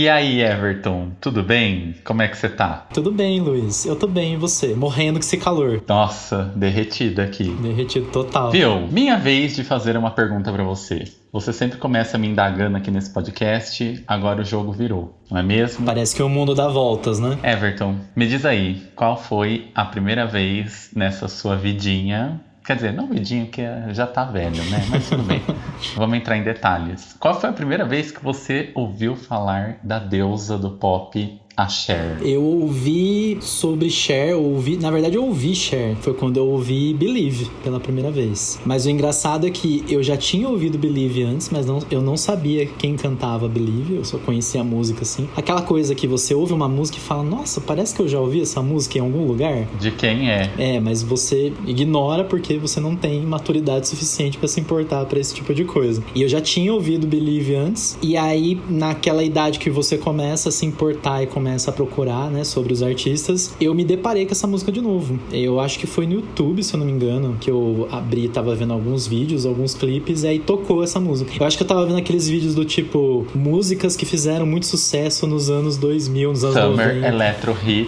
E aí, Everton, tudo bem? Como é que você tá? Tudo bem, Luiz. Eu tô bem, e você? Morrendo com esse calor. Nossa, derretida aqui. Derretido total. Viu? Minha vez de fazer uma pergunta pra você. Você sempre começa me indagando aqui nesse podcast, agora o jogo virou, não é mesmo? Parece que o mundo dá voltas, né? Everton, me diz aí, qual foi a primeira vez nessa sua vidinha? Quer dizer, não vidinha, que já tá velho, né? Mas tudo bem. Vamos entrar em detalhes. Qual foi a primeira vez que você ouviu falar da deusa do pop, a Cher? Eu ouvi sobre Cher, na verdade eu ouvi Cher, foi quando eu ouvi Believe pela primeira vez. Mas o engraçado é que eu já tinha ouvido Believe antes, mas eu não sabia quem cantava Believe, eu só conhecia a música assim. Aquela coisa que você ouve uma música e fala, nossa, parece que eu já ouvi essa música em algum lugar. De quem é? É, mas você ignora porque você não tem maturidade suficiente pra se importar pra esse tipo de coisa. E eu já tinha ouvido Believe antes, e aí naquela idade que você começa a se importar e começa a procurar, né, sobre os artistas, eu me deparei com essa música de novo. Eu acho que foi no YouTube, se eu não me engano, que eu abri, tava vendo alguns vídeos, alguns clipes, e aí tocou essa música. Eu acho que eu tava vendo aqueles vídeos do tipo, músicas que fizeram muito sucesso nos anos 2000, nos anos Summer 90. Electro Hit.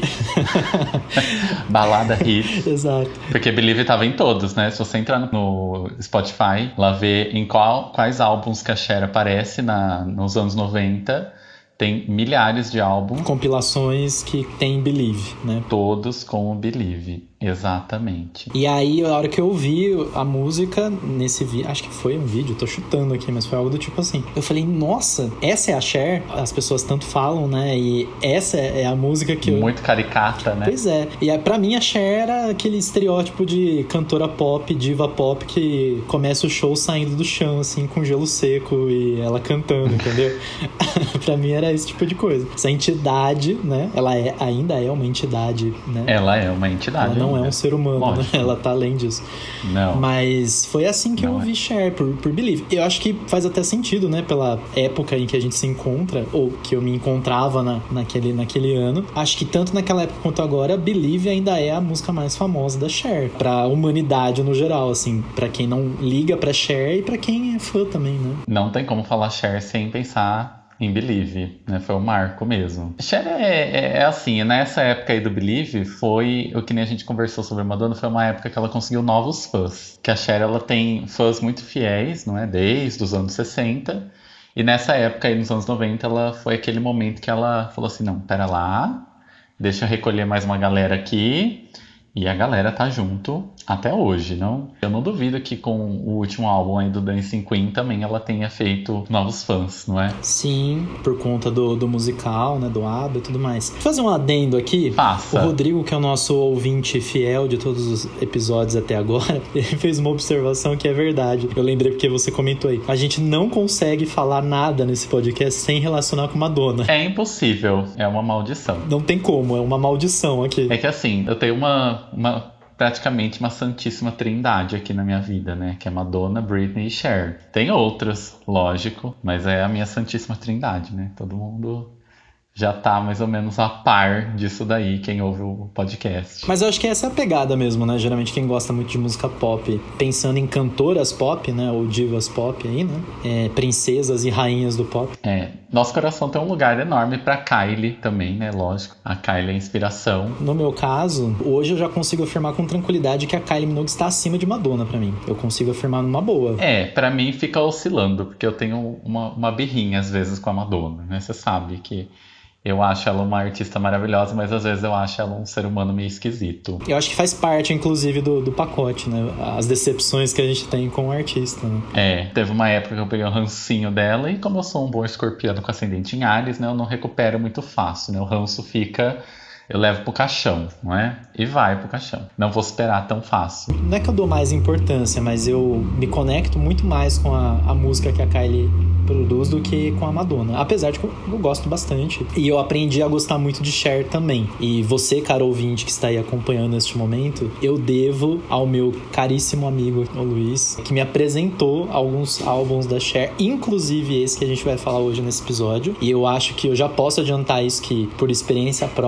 Balada Hit. Exato. Porque Believe tava em todos, né? Se você entrar no Spotify, lá ver em quais álbuns que a Cher aparece nos anos 90, tem milhares de álbuns. Compilações que tem Believe, né? Todos com o Believe, exatamente. E aí, a hora que eu ouvi a música nesse vídeo, acho que foi um vídeo, tô chutando aqui, mas foi algo do tipo assim. Eu falei, nossa, essa é a Cher? As pessoas tanto falam, né? E essa é a música que Muito caricata, né? Pois é. E pra mim a Cher era aquele estereótipo de cantora pop, diva pop, que começa o show saindo do chão, assim, com gelo seco e ela cantando, entendeu? Pra mim era esse tipo de coisa. Essa entidade, né? Ela ainda é uma entidade, né? Ela é uma entidade. Ela não é um ser humano, Lógico. né? Ela tá além disso. Não. Mas foi assim que eu ouvi Cher, por Believe. Eu acho que faz até sentido, né? Pela época em que a gente se encontra, ou que eu me encontrava naquele ano. Acho que tanto naquela época quanto agora, Believe ainda é a música mais famosa da Cher. Pra humanidade no geral, assim. Pra quem não liga pra Cher e pra quem é fã também, né? Não tem como falar Cher sem pensar em Believe, né? Foi um marco mesmo. Cher é assim, nessa época aí do Believe, foi o que nem a gente conversou sobre Madonna, foi uma época que ela conseguiu novos fãs. Que a Cher, ela tem fãs muito fiéis, não é? Desde os anos 60. E nessa época aí, nos anos 90, ela foi aquele momento que ela falou assim, não, pera lá, deixa eu recolher mais uma galera aqui. E a galera tá junto até hoje, não? Eu não duvido que com o último álbum aí do Dancing Queen também ela tenha feito novos fãs, não é? Sim, por conta do musical, né, do ABBA e tudo mais. Vou fazer um adendo aqui. Faça. O Rodrigo, que é o nosso ouvinte fiel de todos os episódios até agora, ele fez uma observação que é verdade. Eu lembrei porque você comentou aí. A gente não consegue falar nada nesse podcast sem relacionar com Madonna. É impossível, é uma maldição. Não tem como, é uma maldição aqui. É que assim, eu tenho praticamente uma santíssima trindade aqui na minha vida, né? Que é Madonna, Britney e Cher. Tem outras, lógico, mas é a minha santíssima trindade, né? Todo mundo já tá mais ou menos a par disso daí, quem ouve o podcast. Mas eu acho que essa é a pegada mesmo, né? Geralmente quem gosta muito de música pop, pensando em cantoras pop, né? Ou divas pop aí, né? Princesas e rainhas do pop. Nosso coração tem um lugar enorme pra Kylie também, né? Lógico. A Kylie é a inspiração. No meu caso, hoje eu já consigo afirmar com tranquilidade que a Kylie Minogue está acima de Madonna pra mim. Eu consigo afirmar numa boa. Pra mim fica oscilando, porque eu tenho uma birrinha às vezes com a Madonna, né? Você sabe que eu acho ela uma artista maravilhosa, mas às vezes eu acho ela um ser humano meio esquisito. Eu acho que faz parte, inclusive, do pacote, né? As decepções que a gente tem com o artista, né? Teve uma época que eu peguei um rancinho dela e como eu sou um bom escorpiano com ascendente em Áries, né? Eu não recupero muito fácil, né? O ranço fica... Eu levo pro caixão, não é? E vai pro caixão. Não vou esperar tão fácil. Não é que eu dou mais importância, mas eu me conecto muito mais com a música que a Kylie produz do que com a Madonna. Apesar de que eu gosto bastante. E eu aprendi a gostar muito de Cher também. E você, cara ouvinte que está aí acompanhando neste momento, eu devo ao meu caríssimo amigo, o Luiz, que me apresentou alguns álbuns da Cher, inclusive esse que a gente vai falar hoje nesse episódio. E eu acho que eu já posso adiantar isso, que por experiência própria, que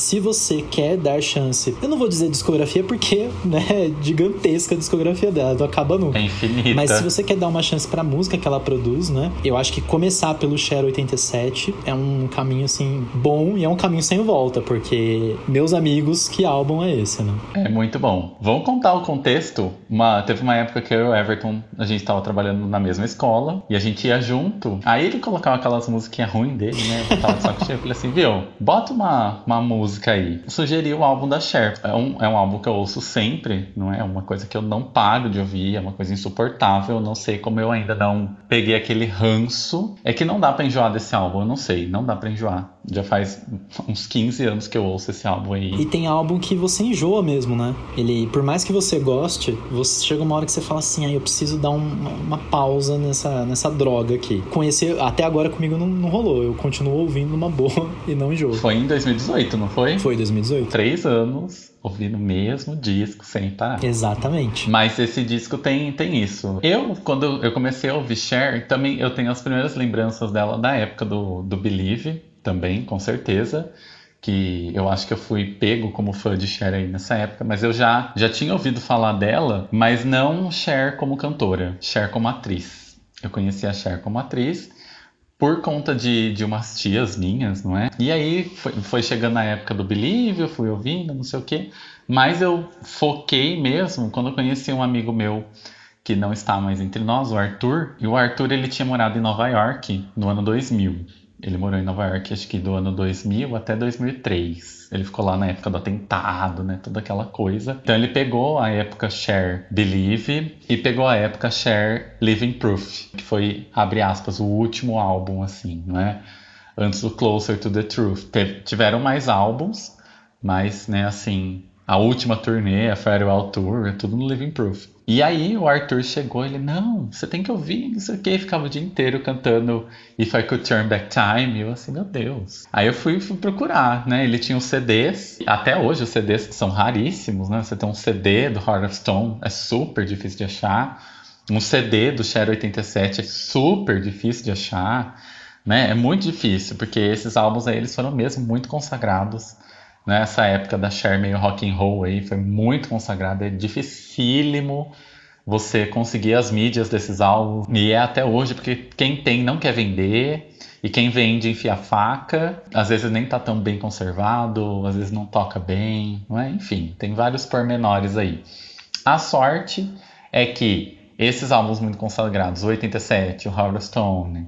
se você quer dar chance, eu não vou dizer discografia porque, né, é gigantesca a discografia dela, não acaba nunca. É infinita. Mas se você quer dar uma chance pra música que ela produz, né, eu acho que começar pelo Cher 87 é um caminho, assim, bom e é um caminho sem volta, porque, meus amigos, que álbum é esse, né? É muito bom. Vamos contar o contexto? Teve uma época que eu e o Everton, a gente tava trabalhando na mesma escola e a gente ia junto. Aí ele colocava aquelas musiquinhas ruins dele, né? Eu tava de saco cheio. Eu falei assim, viu, bota uma música aí. Sugeri o álbum da Cher. É um álbum que eu ouço sempre, não é? Uma coisa que eu não paro de ouvir, é uma coisa insuportável. Eu não sei como eu ainda não peguei aquele ranço. É que não dá pra enjoar desse álbum, eu não sei, não dá pra enjoar. Já faz uns 15 anos que eu ouço esse álbum aí. E tem álbum que você enjoa mesmo, né? Ele, por mais que você goste, você chega uma hora que você fala assim, eu preciso dar uma pausa nessa droga aqui. Conhecer, até agora comigo não rolou, eu continuo ouvindo numa boa e não enjoo. Foi em 2018, não foi? Foi 2018. 3 anos ouvindo o mesmo disco sem parar. Exatamente. Mas esse disco tem isso. Quando eu comecei a ouvir Cher, também eu tenho as primeiras lembranças dela da época do Believe, também, com certeza. Que eu acho que eu fui pego como fã de Cher aí nessa época, mas eu já tinha ouvido falar dela, mas não Cher como cantora, Cher como atriz. Eu conheci a Cher como atriz por conta de umas tias minhas, não é? E aí foi chegando a época do Believe, eu fui ouvindo, não sei o quê, mas eu foquei mesmo quando eu conheci um amigo meu que não está mais entre nós, o Arthur, e o Arthur ele tinha morado em Nova York no ano 2000. Ele morou em Nova York, acho que do ano 2000 até 2003. Ele ficou lá na época do atentado, né? Toda aquela coisa. Então ele pegou a época Cher Believe e pegou a época Cher Living Proof, que foi, abre aspas, o último álbum, assim, não é? Antes do Closer to the Truth. Tiveram mais álbuns, mas, né, assim, a última turnê, a Farewell Tour, é tudo no Living Proof. E aí o Arthur chegou e ele, não, você tem que ouvir, não sei o que, ficava o dia inteiro cantando If I Could Turn Back Time, e eu assim, meu Deus. Aí eu fui procurar, né, ele tinha os CDs, até hoje os CDs são raríssimos, né, você tem um CD do Heart of Stone, é super difícil de achar, um CD do Cher 87 é super difícil de achar, né, é muito difícil, porque esses álbuns aí, eles foram mesmo muito consagrados. Nessa época da Cher meio rock and roll aí, foi muito consagrada, é dificílimo você conseguir as mídias desses álbuns, e é até hoje, porque quem tem não quer vender, e quem vende enfia a faca, às vezes nem tá tão bem conservado, às vezes não toca bem, não é? Enfim, tem vários pormenores aí. A sorte é que esses álbuns muito consagrados, o 87, o Heart of Stone,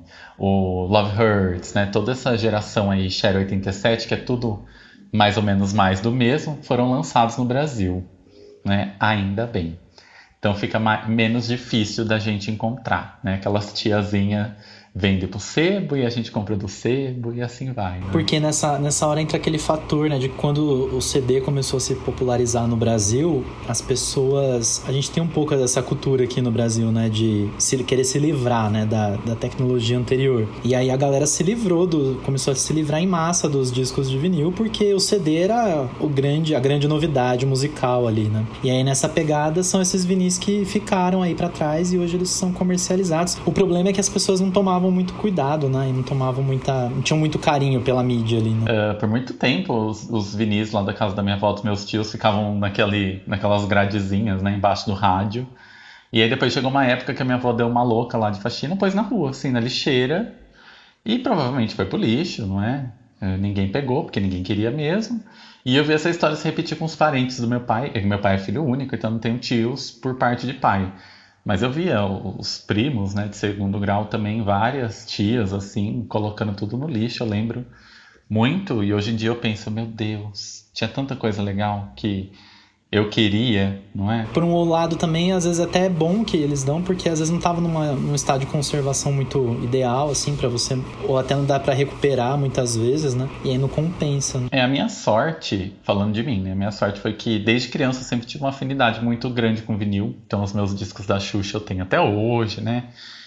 o Love Hurts, né, toda essa geração aí, Cher 87, que é tudo mais ou menos mais do mesmo, foram lançados no Brasil, né? Ainda bem. Então fica menos difícil da gente encontrar, né? Aquelas tiazinhas vende pro sebo e a gente compra do sebo e assim vai, né? Porque nessa hora entra aquele fator, né? De quando o CD começou a se popularizar no Brasil, as pessoas... A gente tem um pouco dessa cultura aqui no Brasil, né? De querer se livrar, né? Da tecnologia anterior. E aí a galera começou a se livrar em massa dos discos de vinil, porque o CD era a grande novidade musical ali, né? E aí nessa pegada são esses vinis que ficaram aí pra trás e hoje eles são comercializados. O problema é que as pessoas não tomavam muito cuidado, né? E não tinham muito carinho pela mídia ali, né? Por muito tempo, os vinis lá da casa da minha avó, dos meus tios, ficavam naquelas gradezinhas, né? Embaixo do rádio. E aí depois chegou uma época que a minha avó deu uma louca lá de faxina, pôs na rua, assim, na lixeira. E provavelmente foi pro lixo, não é? Ninguém pegou, porque ninguém queria mesmo. E eu vi essa história se repetir com os parentes do meu pai. Meu pai é filho único, então não tenho tios por parte de pai. Mas eu via os primos, né, de segundo grau também, várias tias, assim, colocando tudo no lixo, eu lembro muito. E hoje em dia eu penso, meu Deus, tinha tanta coisa legal que eu queria, não é? Por um lado também, às vezes até é bom que eles dão, porque às vezes não tava num estado de conservação muito ideal, assim, pra você... Ou até não dá pra recuperar muitas vezes, né? E aí não compensa, né? A minha sorte, falando de mim, né? A minha sorte foi que desde criança eu sempre tive uma afinidade muito grande com vinil. Então os meus discos da Xuxa eu tenho até hoje, né?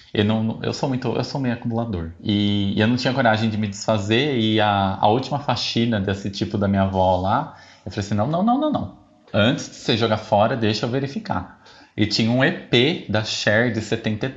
Eu sou meio acumulador. E eu não tinha coragem de me desfazer. E a última faxina desse tipo da minha avó lá, eu falei assim, não. Antes de você jogar fora, deixa eu verificar. E tinha um EP da Cher de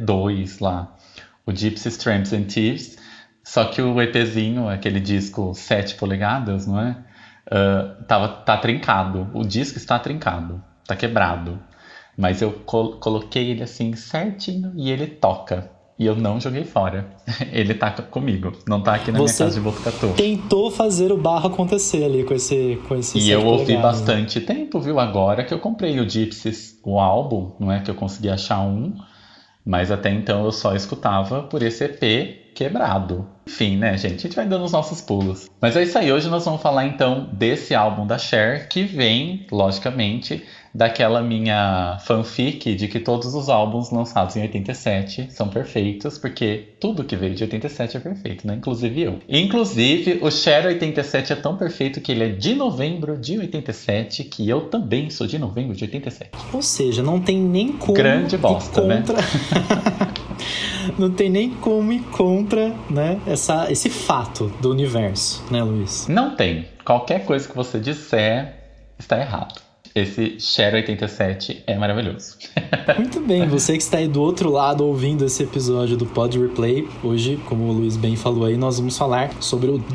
72 lá. O Gypsies, Tramps and Thieves. Só que o EPzinho, aquele disco 7 polegadas, não é? tá trincado. O disco está trincado, tá quebrado. Mas eu coloquei ele assim certinho e ele toca. E eu não joguei fora. Ele tá comigo, não tá aqui na minha casa de Botucatu. Tentou fazer o barro acontecer ali com esse E eu ouvi bastante tempo, viu? Agora que eu comprei o Gypsies, o álbum, não é que eu consegui achar um, mas até então eu só escutava por esse EP quebrado. Enfim, né, gente? A gente vai dando os nossos pulos. Mas é isso aí. Hoje nós vamos falar então desse álbum da Cher, que vem, logicamente, daquela minha fanfic de que todos os álbuns lançados em 87 são perfeitos, porque tudo que veio de 87 é perfeito, né? Inclusive eu. Inclusive, o Cher 87 é tão perfeito que ele é de novembro de 87, que eu também sou de novembro de 87. Ou seja, não tem nem como grande bosta, ir contra... né? Não tem nem como ir contra, né, esse fato do universo, né, Luiz? Não tem. Qualquer coisa que você disser está errado. Esse Cher 87 é maravilhoso. Muito bem, você que está aí do outro lado ouvindo esse episódio do Pod Replay. Hoje, como o Luiz bem falou aí, nós vamos falar sobre o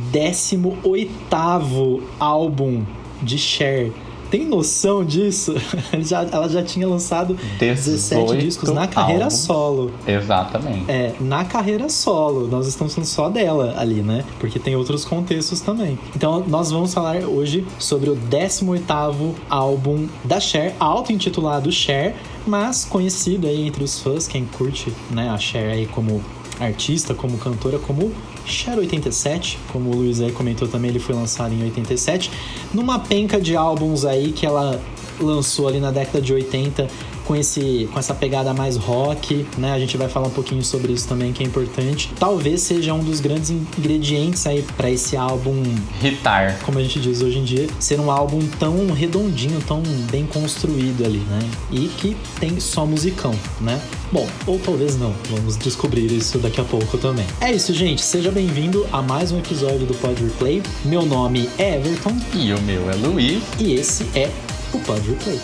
18º álbum de Cher. Tem noção disso? Ela já tinha lançado 17 discos na carreira solo. Exatamente. Na carreira solo. Nós estamos falando só dela ali, né? Porque tem outros contextos também. Então, nós vamos falar hoje sobre o 18º álbum da Cher, auto-intitulado Cher, mas conhecido aí entre os fãs, quem curte, né, a Cher aí como artista, como cantora, como Cher 87, como o Luiz aí comentou também, ele foi lançado em 87, numa penca de álbuns aí que ela lançou ali na década de 80, com essa pegada mais rock, né? A gente vai falar um pouquinho sobre isso também, que é importante. Talvez seja um dos grandes ingredientes aí para esse álbum hitar, como a gente diz hoje em dia, ser um álbum tão redondinho, tão bem construído ali, né? E que tem só musicão, né? Bom, ou talvez não, vamos descobrir isso daqui a pouco também. É isso, gente, seja bem-vindo a mais um episódio do Pod Replay. Meu nome é Everton. E o meu é Luiz. E esse é o Pod Replay.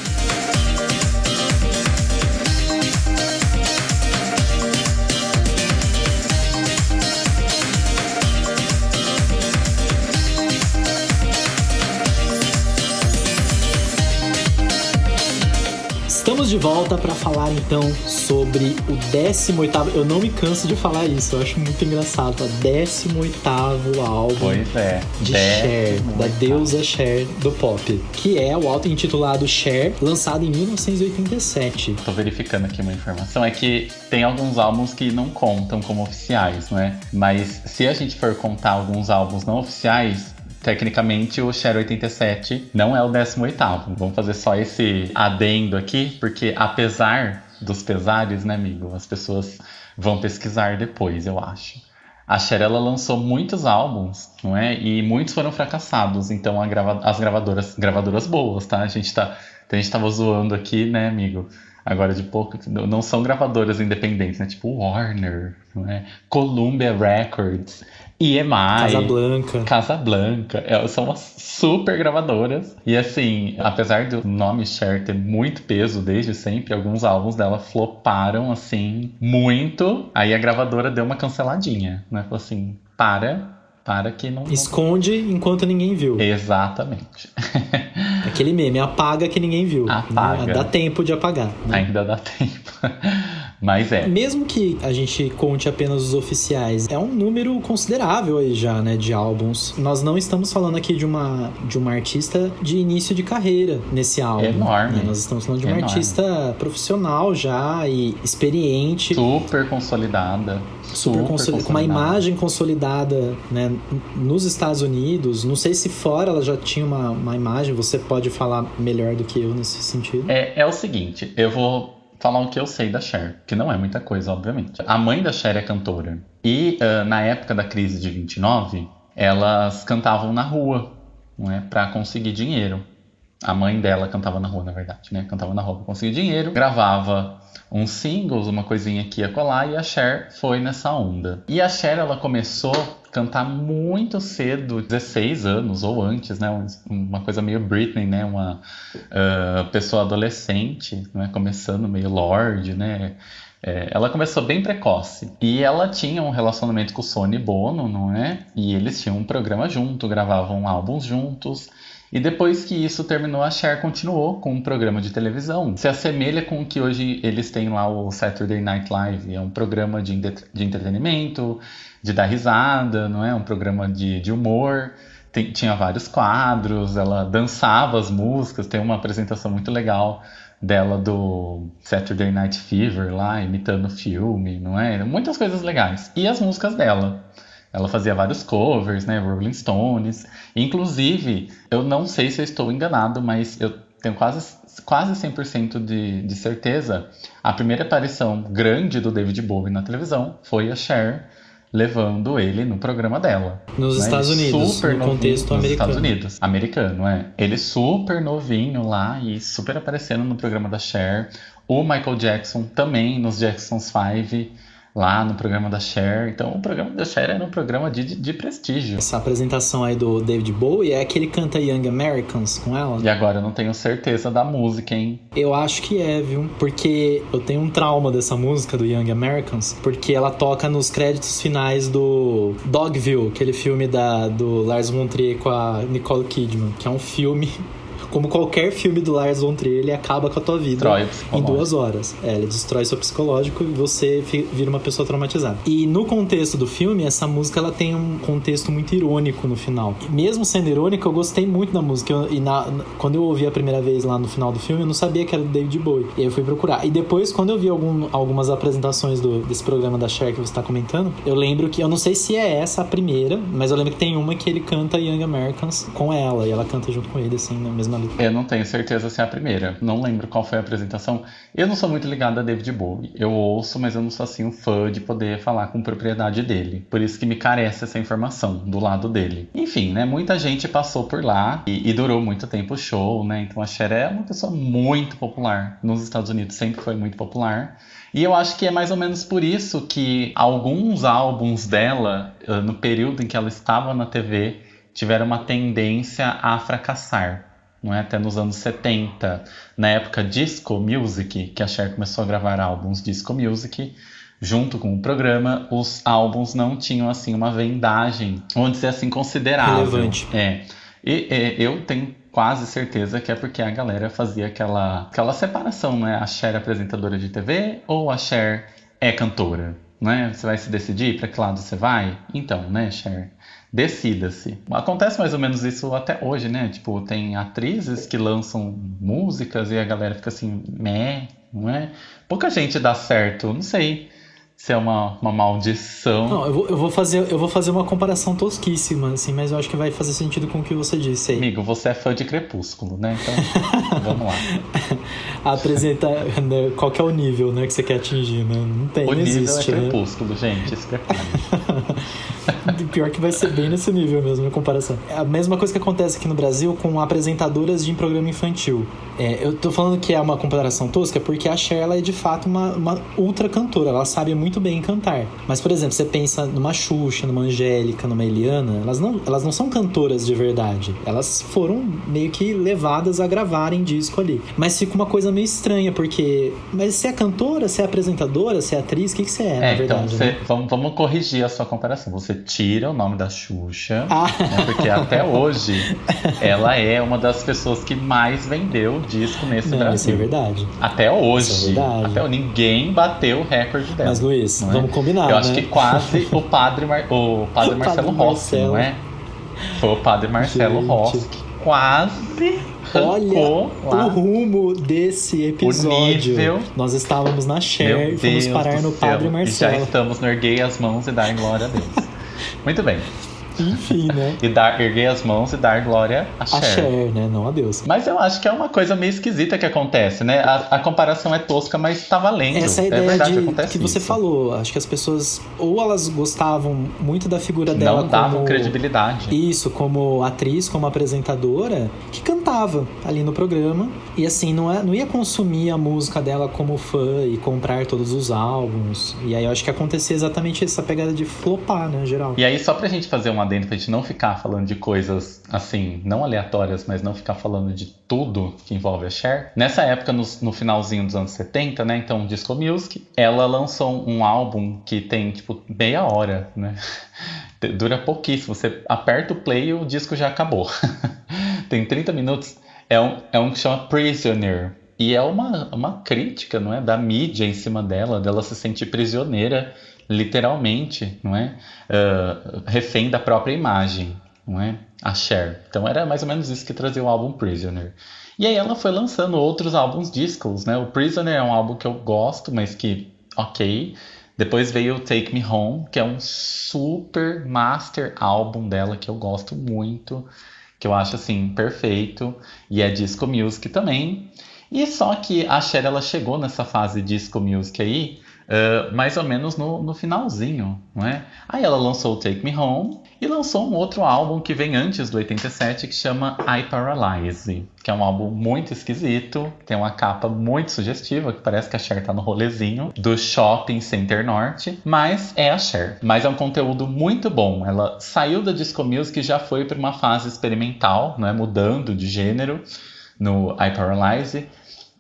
Estamos de volta para falar então sobre o 18º. Eu não me canso de falar isso, eu acho muito engraçado. O 18º álbum de Cher, da deusa Cher do pop, que é o auto-intitulado Cher, lançado em 1987. Tô verificando aqui uma informação, é que tem alguns álbuns que não contam como oficiais, né? Mas se a gente for contar alguns álbuns não oficiais, tecnicamente o Cher 87 não é o 18º. Vamos fazer só esse adendo aqui, porque apesar dos pesares, né, amigo? As pessoas vão pesquisar depois, eu acho. A Cher, ela lançou muitos álbuns, não é? E muitos foram fracassados. Então as gravadoras boas, tá? A gente tava zoando aqui, né, amigo? Agora de pouco, não são gravadoras independentes, né? Tipo Warner, não é? Columbia Records, EMI, Casablanca, são umas super gravadoras. E assim, apesar do nome Cher ter muito peso desde sempre, alguns álbuns dela floparam assim muito. Aí a gravadora deu uma canceladinha, né? Falou assim, para que não... Esconde enquanto ninguém viu. Exatamente. Aquele meme, apaga que ninguém viu. Apaga. Né? Dá tempo de apagar. Né? Ainda dá tempo. Mas mesmo que a gente conte apenas os oficiais, é um número considerável aí já, né, de álbuns. Nós não estamos falando aqui de uma artista de início de carreira nesse álbum. Enorme. Né? Nós estamos falando de uma artista profissional já e experiente. Super consolidada. Com uma imagem consolidada, né, nos Estados Unidos. Não sei se fora ela já tinha uma imagem, você pode falar melhor do que eu nesse sentido. É o seguinte, eu vou falar o que eu sei da Cher, que não é muita coisa, obviamente. A mãe da Cher é cantora. E na época da crise de 29, elas cantavam na rua, não é, para conseguir dinheiro. A mãe dela cantava na rua, na verdade, né? Cantava na rua para conseguir dinheiro, gravava uns singles, uma coisinha aqui a colar, e a Cher foi nessa onda. E a Cher, ela começou a cantar muito cedo, 16 anos ou antes, né? Uma coisa meio Britney, né? Uma pessoa adolescente, né? Começando meio Lorde, né? Ela começou bem precoce. E ela tinha um relacionamento com o Sonny Bono, não é? E eles tinham um programa junto, gravavam álbuns juntos. E depois que isso terminou, a Cher continuou com um programa de televisão. Se assemelha com o que hoje eles têm lá, o Saturday Night Live. É um programa de entretenimento, de dar risada, não é? Um programa de humor. Tinha vários quadros, ela dançava as músicas. Tem uma apresentação muito legal dela do Saturday Night Fever lá, imitando o filme, não é? Muitas coisas legais. E as músicas dela. Ela fazia vários covers, né? Rolling Stones. Inclusive, eu não sei se eu estou enganado, mas eu tenho quase 100% de certeza. A primeira aparição grande do David Bowie na televisão foi a Cher levando ele no programa dela. Nos Estados Unidos, super no contexto nos americano. Estados Unidos, americano, Ele super novinho lá e super aparecendo no programa da Cher. O Michael Jackson também nos Jackson's 5, lá no programa da Cher. Então o programa da Cher era um programa de prestígio. Essa apresentação aí do David Bowie é que ele canta Young Americans com ela? E agora eu não tenho certeza da música, hein? Eu acho que é, viu? Porque eu tenho um trauma dessa música do Young Americans, porque ela toca nos créditos finais do Dogville, aquele filme do Lars von Trier com a Nicole Kidman, que é um filme... Como qualquer filme do Lars von Trier, ele acaba com a tua vida em 2 horas. Ele destrói seu psicológico e você vira uma pessoa traumatizada. E no contexto do filme, essa música ela tem um contexto muito irônico no final. Mesmo sendo irônico, eu gostei muito da música. Quando eu ouvi a primeira vez lá no final do filme, eu não sabia que era do David Bowie. E aí eu fui procurar. E depois, quando eu vi algumas apresentações desse programa da Cher que você está comentando, eu lembro que... Eu não sei se é essa a primeira, mas eu lembro que tem uma que ele canta Young Americans com ela. E ela canta junto com ele, assim, na mesma... Eu não tenho certeza se é a primeira. Não lembro qual foi a apresentação. Eu não sou muito ligado a David Bowie. Eu ouço, mas eu não sou assim um fã de poder falar com propriedade dele. Por isso que me carece essa informação do lado dele. Enfim, né? Muita gente passou por lá e durou muito tempo o show, né? Então a Cher é uma pessoa muito popular. Nos Estados Unidos sempre foi muito popular. E eu acho que é mais ou menos por isso que alguns álbuns dela, no período em que ela estava na TV, tiveram uma tendência a fracassar. Não é? Até nos anos 70, na época Disco Music, que a Cher começou a gravar álbuns Disco Music, junto com o programa, os álbuns não tinham assim uma vendagem, vamos dizer assim, considerável. Relevante. E eu tenho quase certeza que é porque a galera fazia aquela separação, né? A Cher é apresentadora de TV ou a Cher é cantora? Né? Você vai se decidir para que lado você vai? Então, né, Cher? Decida-se. Acontece mais ou menos isso até hoje, né? Tipo, tem atrizes que lançam músicas e a galera fica assim, não é? Pouca gente dá certo, não sei se é uma maldição. Não, eu vou fazer uma comparação tosquíssima, assim, mas eu acho que vai fazer sentido com o que você disse aí. Amigo, você é fã de Crepúsculo, né? Então, vamos lá. Apresenta, né, qual que é o nível, né, que você quer atingir, né? Não tem, o não nível existe, é Crepúsculo, né? Gente, se prepare. Pior que vai ser bem nesse nível mesmo, a comparação. É a mesma coisa que acontece aqui no Brasil com apresentadoras de programa infantil. Eu tô falando que é uma comparação tosca porque a Cher, ela é de fato uma ultra cantora, ela sabe muito bem cantar. Mas, por exemplo, você pensa numa Xuxa, numa Angélica, numa Eliana, elas não são cantoras de verdade. Elas foram meio que levadas a gravarem disco ali. Mas fica uma coisa meio estranha, porque... Mas você é cantora, você é apresentadora, você é atriz, o que você é, na verdade? Então, né? vamos corrigir a sua comparação. Você tira o nome da Xuxa, né, porque até hoje ela é uma das pessoas que mais vendeu disco nesse Brasil. Isso é verdade. Até hoje. Isso é verdade. Ninguém bateu o recorde dela. Mas, Luiz, vamos combinar, Eu acho que quase o padre Marcelo Rossi, não é? Foi o padre Marcelo Rossi que quase... Olha o rumo desse episódio. Nós estávamos na Cher e fomos parar no Padre Marcelo. E já estamos no Erguei as Mãos e Dar Glória a Deus. Muito bem. Enfim, né? Erguei as mãos e dar glória a Cher. A Cher, né? Não a Deus. Mas eu acho que é uma coisa meio esquisita que acontece, né? A comparação é tosca, mas tá valendo. Essa é a ideia verdade, que você falou. Acho que as pessoas, ou elas gostavam muito da figura dela, não davam credibilidade. Isso, como atriz, como apresentadora, que cantava ali no programa. E assim, não ia consumir a música dela como fã e comprar todos os álbuns. E aí eu acho que acontecia exatamente essa pegada de flopar, né, em geral. E aí, só pra gente fazer um adendo pra gente não ficar falando de coisas, assim, não aleatórias, mas não ficar falando de tudo que envolve a Cher. Nessa época, no finalzinho dos anos 70, né, então Disco Music, ela lançou um álbum que tem, tipo, meia hora, né? Dura pouquíssimo. Você aperta o play e o disco já acabou. Tem 30 minutos. É um que chama Prisoner. E é uma crítica, não é, da mídia em cima dela se sentir prisioneira, literalmente, não é? Refém da própria imagem, não é? A Cher. Então era mais ou menos isso que trazia o álbum Prisoner. E aí ela foi lançando outros álbuns discos, né? O Prisoner é um álbum que eu gosto, mas que, ok. Depois veio o Take Me Home, que é um super master álbum dela, que eu gosto muito, que eu acho, assim, perfeito. E é disco music também. E só que a Cher, ela chegou nessa fase disco music aí, mais ou menos no finalzinho, não é? Aí ela lançou o Take Me Home e lançou um outro álbum que vem antes do 87, que chama I Paralyze, que é um álbum muito esquisito, tem uma capa muito sugestiva, que parece que a Cher tá no rolezinho do Shopping Center Norte, mas é a Cher. Mas é um conteúdo muito bom. Ela saiu da disco music e já foi para uma fase experimental, né, mudando de gênero no I Paralyze.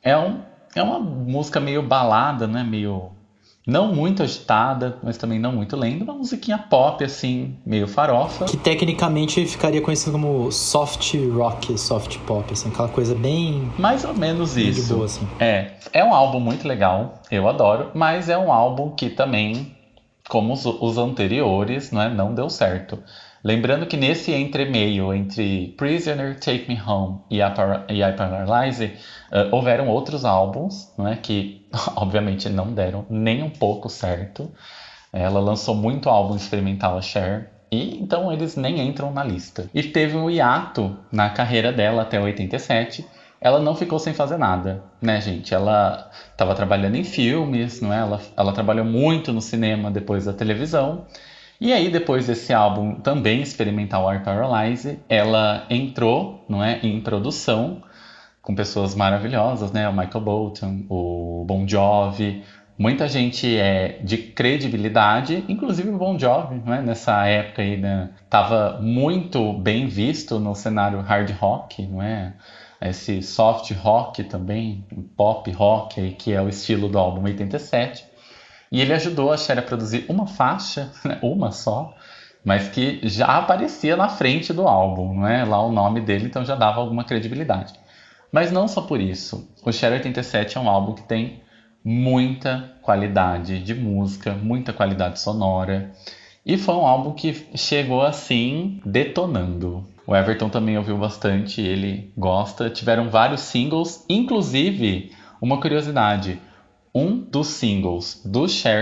É uma música meio balada, né? Meio não muito agitada, mas também não muito lenta. Uma musiquinha pop, assim, meio farofa. Que tecnicamente ficaria conhecido como soft rock, soft pop, assim, aquela coisa bem... Mais ou menos isso. De boa, assim. É um álbum muito legal, eu adoro, mas é um álbum que também, como os anteriores, não deu certo. Lembrando que nesse entremeio entre Prisoner, Take Me Home e I Paralyze, houveram outros álbuns, que obviamente não deram nem um pouco certo. Ela lançou muito álbum experimental, a Cher, e então eles nem entram na lista. E teve um hiato na carreira dela até 87. Ela não ficou sem fazer nada, né, gente? Ela estava trabalhando em filmes, ela trabalhou muito no cinema depois da televisão. E aí, depois desse álbum também experimental, I Paralyze, ela entrou, em produção com pessoas maravilhosas, né? O Michael Bolton, o Bon Jovi, muita gente de credibilidade, inclusive o Bon Jovi, nessa época aí, né? Tava muito bem visto no cenário hard rock, não é? Esse soft rock também, pop rock, aí, que é o estilo do álbum 87. E ele ajudou a Cher a produzir uma faixa, uma só, mas que já aparecia na frente do álbum, lá o nome dele, então já dava alguma credibilidade. Mas não só por isso. O Cher 87 é um álbum que tem muita qualidade de música, muita qualidade sonora. E foi um álbum que chegou assim, detonando. O Everton também ouviu bastante, ele gosta. Tiveram vários singles, inclusive, uma curiosidade... Um dos singles do Cher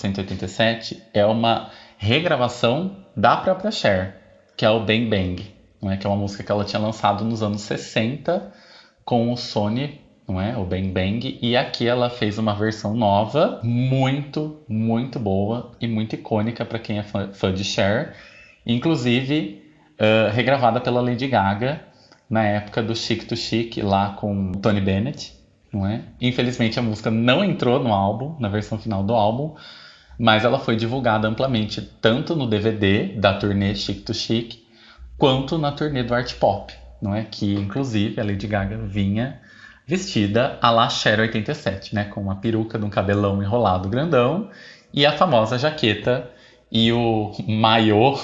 1987 é uma regravação da própria Cher, que é o Bang Bang, que é uma música que ela tinha lançado nos anos 60 com o Sony, o Bang Bang, e aqui ela fez uma versão nova, muito, muito boa e muito icônica para quem é fã de Cher, inclusive regravada pela Lady Gaga na época do Chic to Chic, lá com Tony Bennett. Infelizmente a música não entrou no álbum, na versão final do álbum, mas ela foi divulgada amplamente tanto no DVD da turnê Chic to Chic, quanto na turnê do Art Pop, que inclusive a Lady Gaga vinha vestida à la Cher 87, com uma peruca de um cabelão enrolado grandão e a famosa jaqueta e o maiô,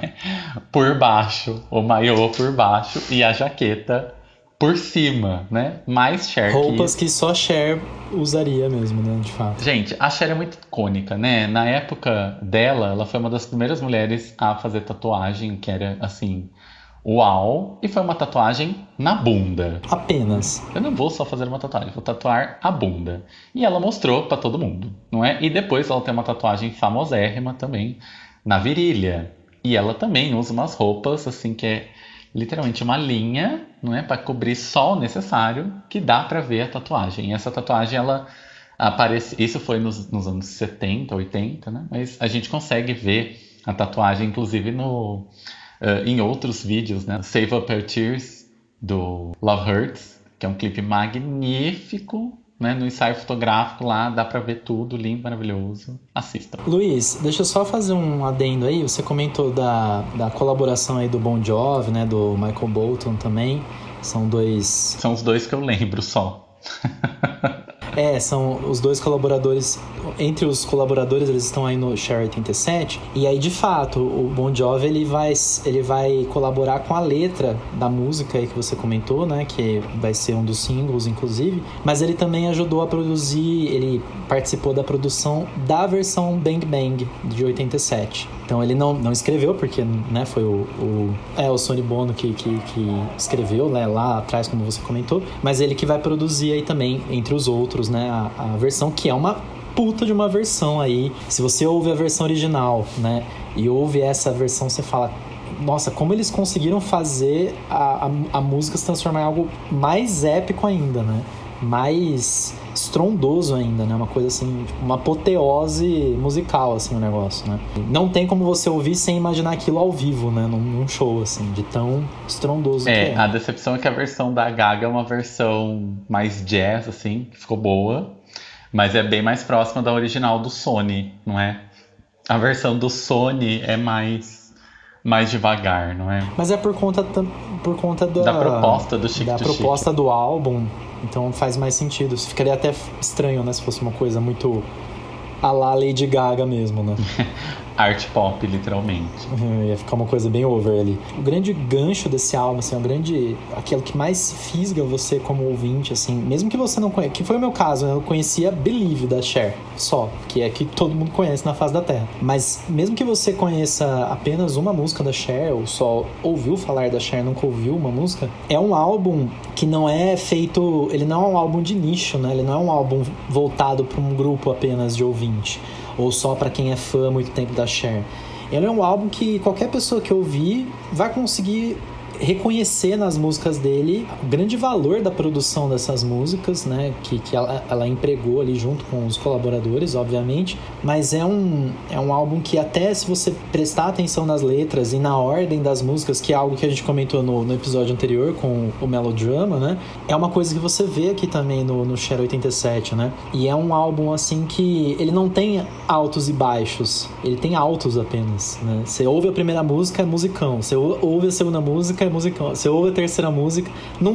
por baixo, o maiô por baixo e a jaqueta por cima, Mais Cher. Roupas que só Cher usaria mesmo, de fato. Gente, a Cher é muito icônica, Na época dela, ela foi uma das primeiras mulheres a fazer tatuagem, que era, assim, uau. E foi uma tatuagem na bunda. Apenas. Eu não vou só fazer uma tatuagem, vou tatuar a bunda. E ela mostrou pra todo mundo, E depois ela tem uma tatuagem famosérrima também na virilha. E ela também usa umas roupas, assim, que é literalmente uma linha, para cobrir só o necessário, que dá para ver a tatuagem. E essa tatuagem, ela aparece... Isso foi nos anos 70, 80, Mas a gente consegue ver a tatuagem, inclusive, em outros vídeos, Save Up Your Tears, do Love Hurts, que é um clipe magnífico, né, no ensaio fotográfico lá, dá pra ver tudo, lindo, maravilhoso. Assistam. Luiz, deixa eu só fazer um adendo aí. Você comentou da colaboração aí do Bon Jovi, né, do Michael Bolton também. São os dois que eu lembro só. São os dois colaboradores. Entre os colaboradores, eles estão aí no Cher 87. E aí, de fato, o Bon Jovi ele vai colaborar com a letra da música aí que você comentou, né? Que vai ser um dos singles, inclusive. Mas ele também ajudou a produzir. Ele participou da produção da versão Bang Bang de 87. Então ele não escreveu, porque, né, foi o Sonny Bono que escreveu, né, lá atrás, como você comentou. Mas ele que vai produzir aí também, entre os outros, né, a versão, que é uma puta de uma versão aí. Se você ouve a versão original, né, e ouve essa versão, você fala... Nossa, como eles conseguiram fazer a música se transformar em algo mais épico ainda, né? Mais estrondoso ainda, né? Uma coisa assim, uma apoteose musical, assim, o negócio, né? Não tem como você ouvir sem imaginar aquilo ao vivo, né? Num show, assim, de tão estrondoso que é. A decepção é que a versão da Gaga é uma versão mais jazz, assim, que ficou boa, mas é bem mais próxima da original do Sony, não é? A versão do Sony é mais devagar, não é? Mas é por conta da proposta do Chic da proposta do álbum, então faz mais sentido. Ficaria até estranho, né, se fosse uma coisa muito a la Lady Gaga mesmo, né? Art pop, literalmente. Ia ficar uma coisa bem over ali. O grande gancho desse álbum, assim, aquilo que mais fisga você como ouvinte, assim, mesmo que você não conheça, que foi o meu caso, né? Eu conhecia Believe da Cher, só, que é que todo mundo conhece na face da Terra. Mas mesmo que você conheça apenas uma música da Cher, ou só ouviu falar da Cher, nunca ouviu uma música, é um álbum que não é feito, ele não é um álbum de nicho, né? Ele não é um álbum voltado para um grupo apenas de ouvinte, ou só pra quem é fã há muito tempo da Cher. Ele é um álbum que qualquer pessoa que ouvir vai conseguir reconhecer nas músicas dele o grande valor da produção dessas músicas, né, que ela empregou ali junto com os colaboradores, obviamente, mas é um álbum que até se você prestar atenção nas letras e na ordem das músicas, que é algo que a gente comentou no episódio anterior com o Melodrama, né, é uma coisa que você vê aqui também no Cher 87, né, e é um álbum assim que ele não tem altos e baixos, ele tem altos apenas, né, você ouve a primeira música, é musicão, você ouve a segunda música, é musicão. Você ouve a terceira música,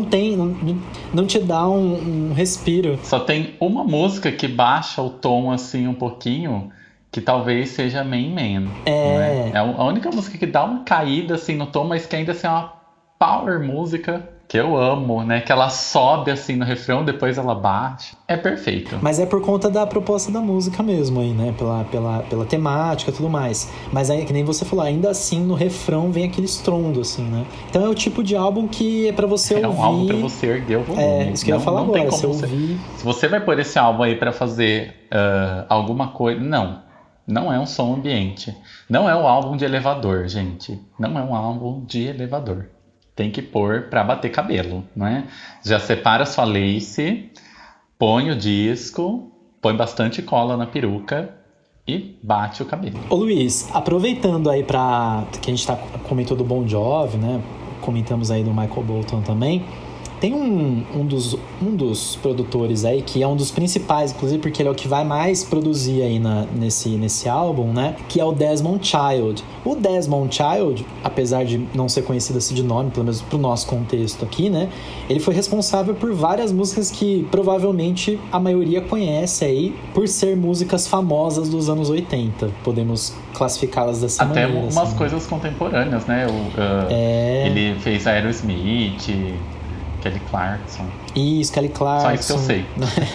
não te dá um respiro. Só tem uma música que baixa o tom assim um pouquinho, que talvez seja Main Man. É a única música que dá uma caída assim no tom, mas que ainda assim é uma power música que eu amo, né? Que ela sobe assim no refrão, depois ela baixa. É perfeito. Mas é por conta da proposta da música mesmo aí, né? Pela temática e tudo mais. Mas aí, que nem você falou, ainda assim no refrão vem aquele estrondo, assim, né? Então é o tipo de álbum que é pra você ouvir. É um álbum pra você erguer o volume. É, isso que eu ia falar agora, você ouvir. Se você vai pôr esse álbum aí pra fazer alguma coisa... Não é um som ambiente. Não é um álbum de elevador, gente. Não é um álbum de elevador. Tem que pôr pra bater cabelo, né? Já separa sua lace, põe o disco, põe bastante cola na peruca e bate o cabelo. Ô Luiz, aproveitando aí que a gente comentou do Bon Jovi, né? Comentamos aí do Michael Bolton também. Tem um dos produtores aí, que é um dos principais, inclusive porque ele é o que vai mais produzir aí nesse álbum, né? Que é o Desmond Child. O Desmond Child, apesar de não ser conhecido assim de nome, pelo menos pro nosso contexto aqui, né? Ele foi responsável por várias músicas que provavelmente a maioria conhece aí, por ser músicas famosas dos anos 80. Podemos classificá-las dessa maneira. Até umas assim, coisas contemporâneas, né? Ele fez Aerosmith... Kelly Clarkson. Isso, Kelly Clarkson. Só isso que eu sei.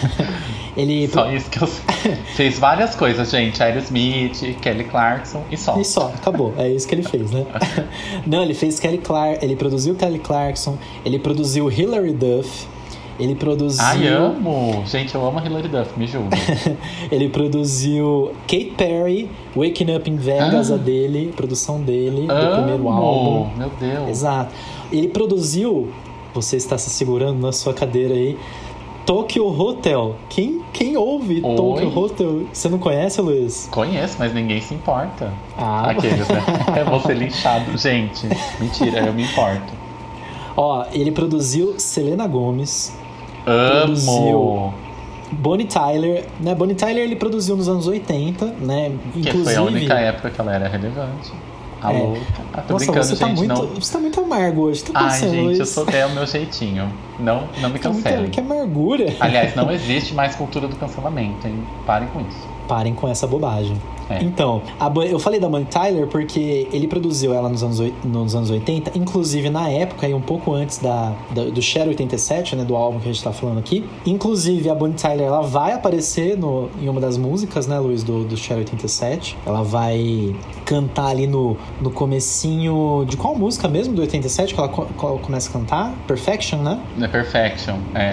Só isso que eu sei. Fez várias coisas, gente. Aerosmith, Kelly Clarkson e só. E só, acabou. É isso que ele fez, né? Não, ele fez ele produziu Kelly Clarkson, ele produziu Hilary Duff, ele produziu... Ai, amo! Gente, eu amo a Hilary Duff, me julga. Ele produziu Katy Perry, Waking Up in Vegas, a produção dele, do primeiro álbum. Meu Deus! Exato. Ele produziu... Você está se segurando na sua cadeira aí. Tokyo Hotel. Quem ouve Tokyo Hotel? Você não conhece, Luiz? Conheço, mas ninguém se importa. Aqueles, né? Eu vou ser linchado. Gente, mentira, eu me importo. Ó, ele produziu Selena Gomez. Amo! Bonnie Tyler, né? Bonnie Tyler ele produziu nos anos 80, né? Que foi a única época que ela era relevante. A louca. Tô Nossa, brincando, você tá gente. Você tá muito amargo hoje. Tá acontecendo gente, isso? é o meu jeitinho. Não me cancelem. Que amargura. Aliás, não existe mais cultura do cancelamento, hein? Parem com isso. Parem com essa bobagem. Então, eu falei da Bonnie Tyler porque ele produziu ela nos anos 80, inclusive na época e um pouco antes do Cher 87, né, do álbum que a gente tá falando aqui. Inclusive, a Bonnie Tyler, ela vai aparecer em uma das músicas, né, Luiz, do Cher 87. Ela vai cantar ali no comecinho de qual música mesmo, do 87, que ela começa a cantar? Perfection, né? Perfection,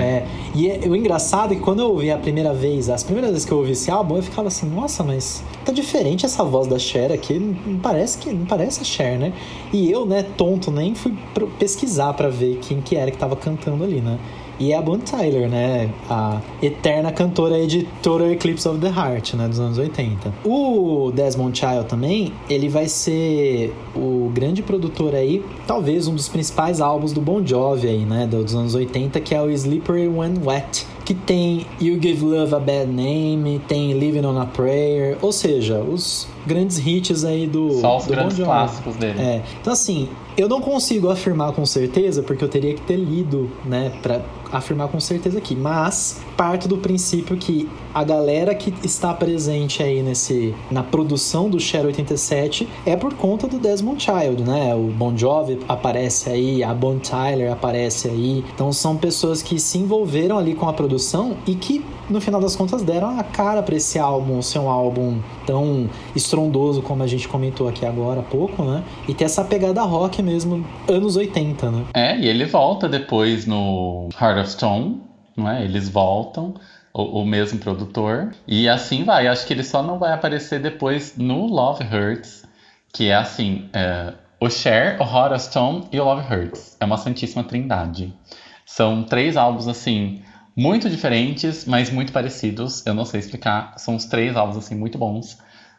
E o engraçado é que quando eu ouvi as primeiras vezes que eu ouvi esse álbum, eu ficava assim, nossa, mas tá diferente essa voz da Cher aqui, não parece a Cher, né? E eu, né, tonto, nem fui pesquisar pra ver quem que era que tava cantando ali, né? E é a Bonnie Tyler, né? A eterna cantora aí de Total Eclipse of the Heart, né? Dos anos 80. O Desmond Child também, ele vai ser o grande produtor aí, talvez um dos principais álbuns do Bon Jovi aí, né? Dos anos 80, que é o Slippery When Wet. Que tem You Give Love a Bad Name, tem Living on a Prayer, ou seja, os grandes hits aí Só os grandes clássicos dele. Então assim, eu não consigo afirmar com certeza, porque eu teria que ter lido, né, pra afirmar com certeza aqui, mas parto do princípio que a galera que está presente aí na produção do Cher 87 é por conta do Desmond Child, né? O Bon Jovi aparece aí, a Bonnie Tyler aparece aí, então são pessoas que se envolveram ali com a produção e que no final das contas deram a cara pra esse álbum ser um álbum tão estrondoso como a gente comentou aqui agora há pouco, né? E ter essa pegada rock mesmo, anos 80, né? E ele volta depois no Heart of Stone, não é? Eles voltam, o mesmo produtor, e assim vai. Acho que ele só não vai aparecer depois no Love Hurts, que é assim, o Cher, o Heart of Stone e o Love Hurts. É uma santíssima trindade. São 3 álbuns, assim, muito diferentes, mas muito parecidos. Eu não sei explicar. São os 3 álbuns, assim, muito bons.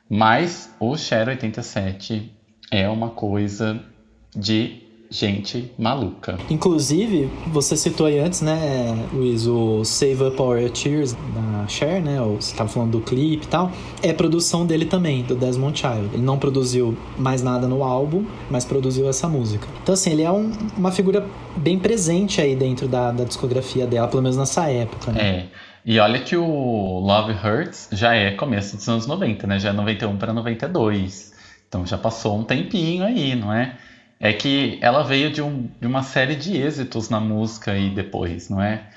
Mas o Cher 87 é uma coisa de gente maluca. Inclusive, você citou aí antes, né, Luiz, o Save Up All Your Tears da Cher, né? Você estava falando do clipe e tal. É produção dele também, do Desmond Child. Ele não produziu mais nada no álbum, mas produziu essa música. Então, assim, ele é uma figura bem presente aí dentro da discografia dela, pelo menos nessa época, né? E olha que o Love Hurts já é começo dos anos 90, né? Já é 91 para 92. Então já passou um tempinho aí, não é? É que ela veio de uma série de êxitos na música aí depois, não é?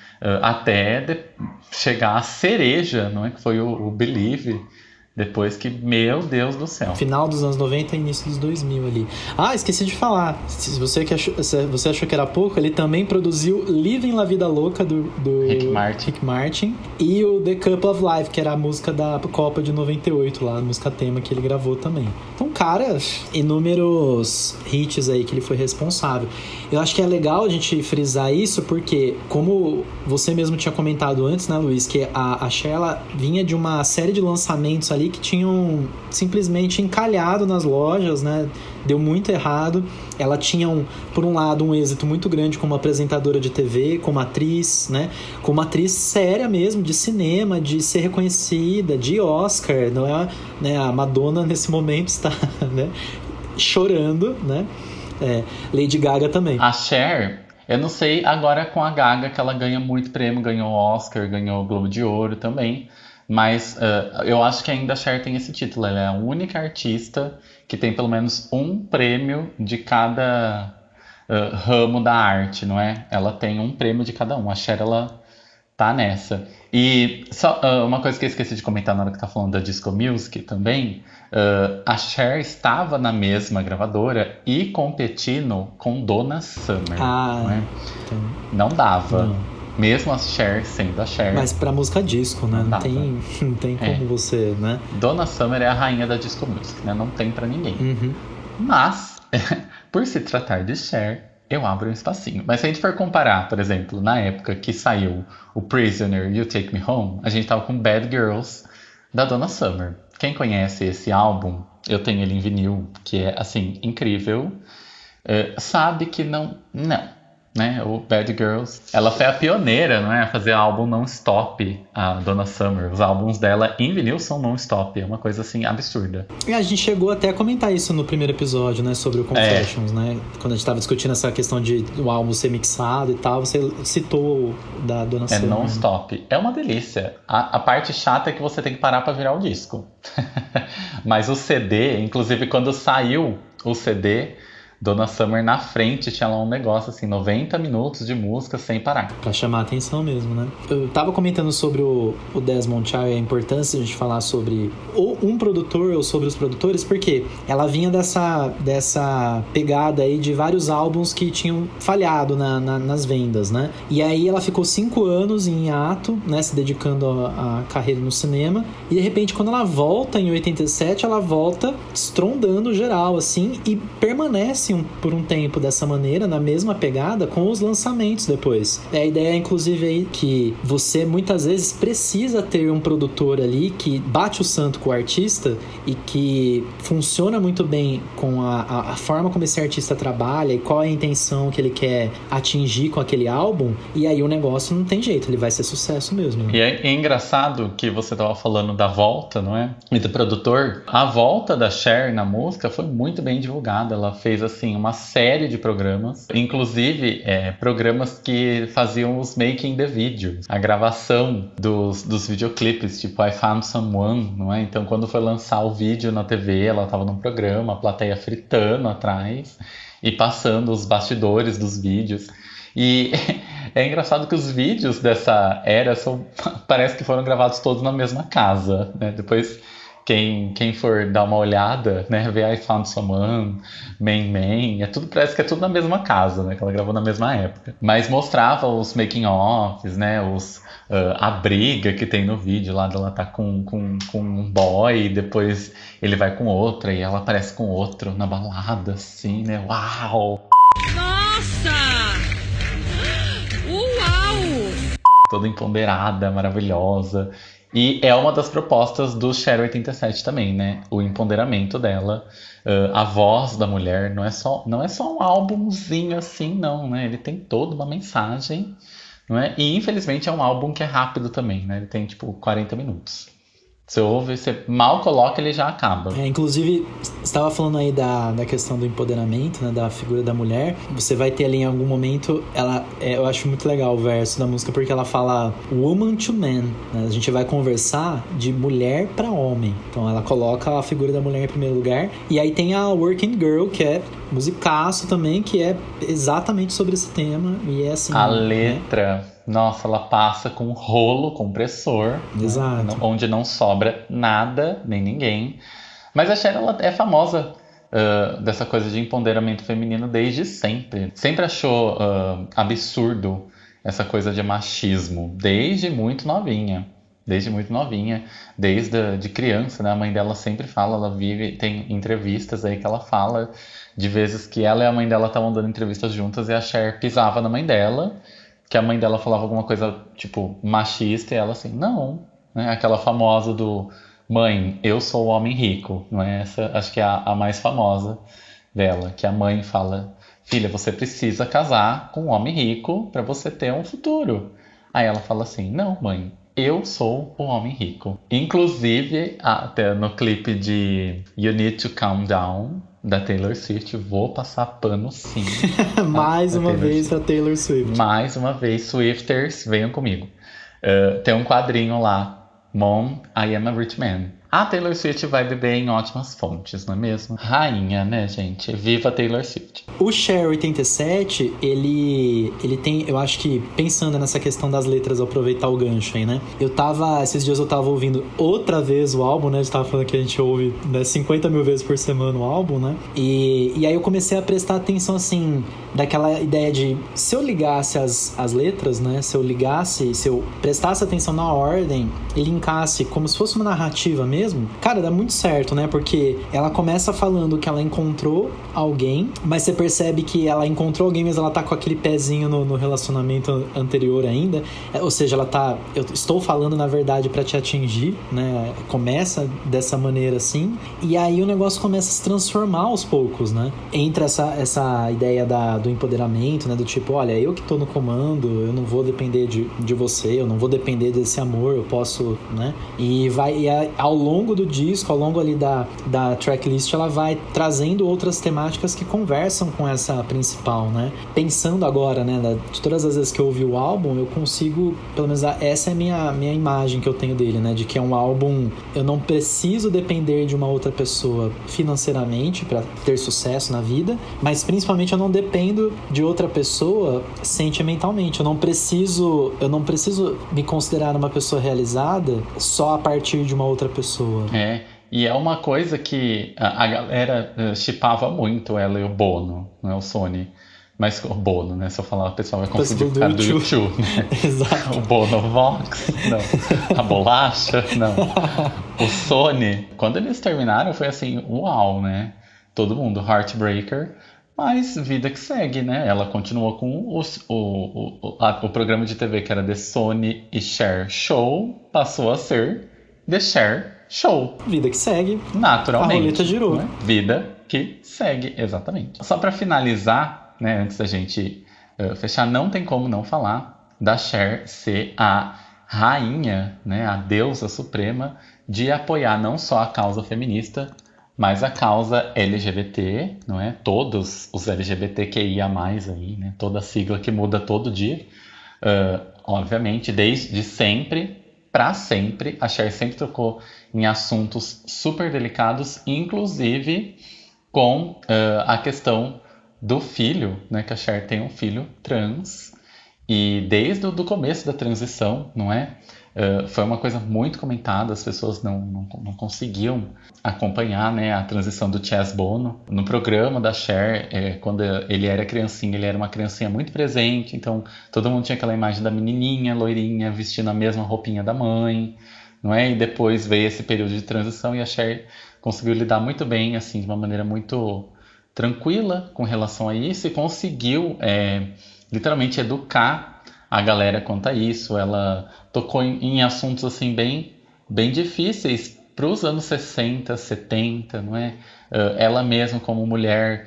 Até chegar a cereja, não é? Que foi o Believe, depois que, meu Deus do céu. Final dos anos 90 e início dos 2000 ali. Esqueci de falar. Se você achou que era pouco, ele também produziu Living La Vida Louca do Rick Martin e o The Cup of Life, que era a música da Copa de 98 lá, a música tema que ele gravou também. Então, cara, inúmeros hits aí que ele foi responsável. Eu acho que é legal a gente frisar isso porque, como você mesmo tinha comentado antes, né, Luiz, que a Cher, ela vinha de uma série de lançamentos ali que tinham simplesmente encalhado nas lojas, né? Deu muito errado. Ela tinha, por um lado, um êxito muito grande como apresentadora de TV, como atriz, né? Como atriz séria mesmo, de cinema, de ser reconhecida, de Oscar, não é? Né? A Madonna, nesse momento, está, né, chorando, né? Lady Gaga também. A Cher, eu não sei agora com a Gaga, que ela ganha muito prêmio, ganhou Oscar, ganhou Globo de Ouro também. Mas eu acho que ainda a Cher tem esse título. Ela é a única artista que tem pelo menos um prêmio de cada ramo da arte, não é? Ela tem um prêmio de cada um. A Cher, ela tá nessa. E só uma coisa que eu esqueci de comentar na hora que tá falando da Disco Music também. A Cher estava na mesma gravadora e competindo com Donna Summer. Não é? Então... Não dava. Não. Mesmo a Cher sendo a Cher. Mas pra música disco, né? Não tem como você, né? Donna Summer é a rainha da Disco Music, né? Não tem pra ninguém. Uhum. Mas, por se tratar de Cher, eu abro um espacinho. Mas se a gente for comparar, por exemplo, na época que saiu o Prisoner e o Take Me Home, a gente tava com Bad Girls da Donna Summer. Quem conhece esse álbum, eu tenho ele em vinil, que é, assim, incrível, sabe que não né? O Bad Girls. Ela foi a pioneira, não é? A fazer álbum non-stop, a Donna Summer. Os álbuns dela em vinil são non-stop. É uma coisa, assim, absurda. E a gente chegou até a comentar isso no primeiro episódio, né? Sobre o Confessions, né? Quando a gente tava discutindo essa questão de o álbum ser mixado e tal, você citou da Donna Summer. É non-stop. É uma delícia. A parte chata é que você tem que parar pra virar o disco. Mas o CD, inclusive quando saiu o CD, Donna Summer na frente tinha lá um negócio assim, 90 minutos de música sem parar. Pra chamar a atenção mesmo, né? Eu tava comentando sobre o Desmond Child e a importância de a gente falar sobre um produtor ou sobre os produtores, porque ela vinha dessa pegada aí de vários álbuns que tinham falhado nas vendas, né? E aí ela ficou 5 anos em hiato, né? Se dedicando à carreira no cinema. E de repente, quando ela volta em 87, ela volta estrondando geral, assim, e permanece por um tempo dessa maneira, na mesma pegada, com os lançamentos depois. A ideia, inclusive, aí que você muitas vezes precisa ter um produtor ali que bate o santo com o artista e que funciona muito bem com a forma como esse artista trabalha e qual é a intenção que ele quer atingir com aquele álbum, e aí o negócio não tem jeito, ele vai ser sucesso mesmo. Né? E é engraçado que você tava falando da volta, não é? E do produtor. A volta da Cher na música foi muito bem divulgada. Ela fez, assim, uma série de programas, inclusive programas que faziam os making the videos, a gravação dos videoclipes, tipo I Found Someone, não é? Então, quando foi lançar o vídeo na TV, ela estava num programa, a plateia fritando atrás e passando os bastidores dos vídeos. E é engraçado que os vídeos dessa era parece que foram gravados todos na mesma casa, né? Depois quem for dar uma olhada, né, ver I Found Someone, Man, parece que é tudo na mesma casa, né, que ela gravou na mesma época. Mas mostrava os making-offs, né, a briga que tem no vídeo lá dela tá com um boy, e depois ele vai com outra e ela aparece com outro na balada, assim, né, uau! Nossa! Uau! Toda empoderada, maravilhosa. E é uma das propostas do Cher 87 também, né? O empoderamento dela, a voz da mulher, não é só um álbumzinho assim, não, né? Ele tem toda uma mensagem, não é? E infelizmente é um álbum que é rápido também, né? Ele tem tipo 40 minutos. Você ouve, você mal coloca, ele já acaba. Inclusive, você estava falando aí da questão do empoderamento, né, da figura da mulher. Você vai ter ali em algum momento, eu acho muito legal o verso da música, porque ela fala woman to man, né? A gente vai conversar de mulher para homem. Então ela coloca a figura da mulher em primeiro lugar. E aí tem a Working Girl, que é musicaço também, que é exatamente sobre esse tema. E é assim... A letra... Né? Nossa, ela passa com um rolo compressor. Exato. Né, onde não sobra nada, nem ninguém. Mas a Cher, ela é famosa dessa coisa de empoderamento feminino desde sempre. Sempre achou absurdo essa coisa de machismo, desde muito novinha. Desde de criança, né? A mãe dela sempre fala, tem entrevistas aí que ela fala de vezes que ela e a mãe dela estavam dando entrevistas juntas e a Cher pisava na mãe dela, que a mãe dela falava alguma coisa, tipo, machista, e ela assim, não, né? Aquela famosa do, mãe, eu sou o homem rico, não é essa? Acho que é a mais famosa dela, que a mãe fala, filha, você precisa casar com um homem rico para você ter um futuro. Aí ela fala assim, não, mãe, eu sou o homem rico. Inclusive, até no clipe de You Need to Calm Down, da Taylor Swift, vou passar pano sim. Mais uma vez a Taylor Swift. Mais uma vez, Swifters, venham comigo. Tem um quadrinho lá, Mom, I Am a Rich Man. A Taylor Swift vai beber em ótimas fontes, não é mesmo? Rainha, né, gente? Viva Taylor Swift. O Cher 87, ele tem, eu acho que, pensando nessa questão das letras, aproveitar o gancho aí, né? Esses dias eu tava ouvindo outra vez o álbum, né? A gente tava falando que a gente ouve, né, 50 mil vezes por semana o álbum, né? E aí eu comecei a prestar atenção, assim, daquela ideia de, se eu ligasse as letras, né? Se eu prestasse atenção na ordem e linkasse como se fosse uma narrativa mesmo, cara, dá muito certo, né? Porque ela começa falando que ela encontrou alguém, mas você percebe que ela encontrou alguém, mas ela tá com aquele pezinho no relacionamento anterior ainda. Ou seja, ela tá... Eu estou falando, na verdade, pra te atingir, né? Começa dessa maneira, assim. E aí o negócio começa a se transformar aos poucos, né? Entra essa ideia do empoderamento, né? Do tipo, olha, eu que tô no comando, eu não vou depender de você, eu não vou depender desse amor, eu posso, né? E ao longo do disco, ao longo ali da tracklist, ela vai trazendo outras temáticas que conversam com essa principal, né? Pensando agora, né? De todas as vezes que eu ouvi o álbum, eu consigo, pelo menos essa é a minha imagem que eu tenho dele, né? De que é um álbum, eu não preciso depender de uma outra pessoa financeiramente para ter sucesso na vida, mas principalmente eu não dependo de outra pessoa sentimentalmente. Eu não preciso me considerar uma pessoa realizada só a partir de uma outra pessoa. E é uma coisa que a galera shippava muito, ela e o Bono, né, o Sony. Mas o Bono, né? Se eu falar, o pessoal vai confundir com o cara do YouTube, né? Exato. O Bono Vox, não. A bolacha, não. O Sony, quando eles terminaram, foi assim, uau, né? Todo mundo, Heartbreaker. Mas vida que segue, né? Ela continuou com o programa de TV que era The Sony e Cher Show, passou a ser The Cher Show. Vida que segue. Naturalmente. A roleta girou. Né? Vida que segue, exatamente. Só para finalizar, né, antes da gente fechar, não tem como não falar da Cher ser a rainha, né, a deusa suprema de apoiar não só a causa feminista, mas a causa LGBT, não é? Todos os LGBTQIA+, aí, né? Toda a sigla que muda todo dia. Obviamente, desde sempre, para sempre, a Cher sempre tocou em assuntos super delicados, inclusive com a questão do filho, né? Que a Cher tem um filho trans, e desde o começo da transição, não é? Foi uma coisa muito comentada, as pessoas não conseguiam acompanhar, né, a transição do Chaz Bono. No programa da Cher, quando ele era criancinha, ele era uma criancinha muito presente, então todo mundo tinha aquela imagem da menininha, loirinha, vestindo a mesma roupinha da mãe, não é? E depois veio esse período de transição e a Cher conseguiu lidar muito bem, assim, de uma maneira muito tranquila com relação a isso, e conseguiu literalmente educar a galera quanto a isso. Ela tocou em assuntos assim bem difíceis para os anos 60, 70, não é? Ela mesma como mulher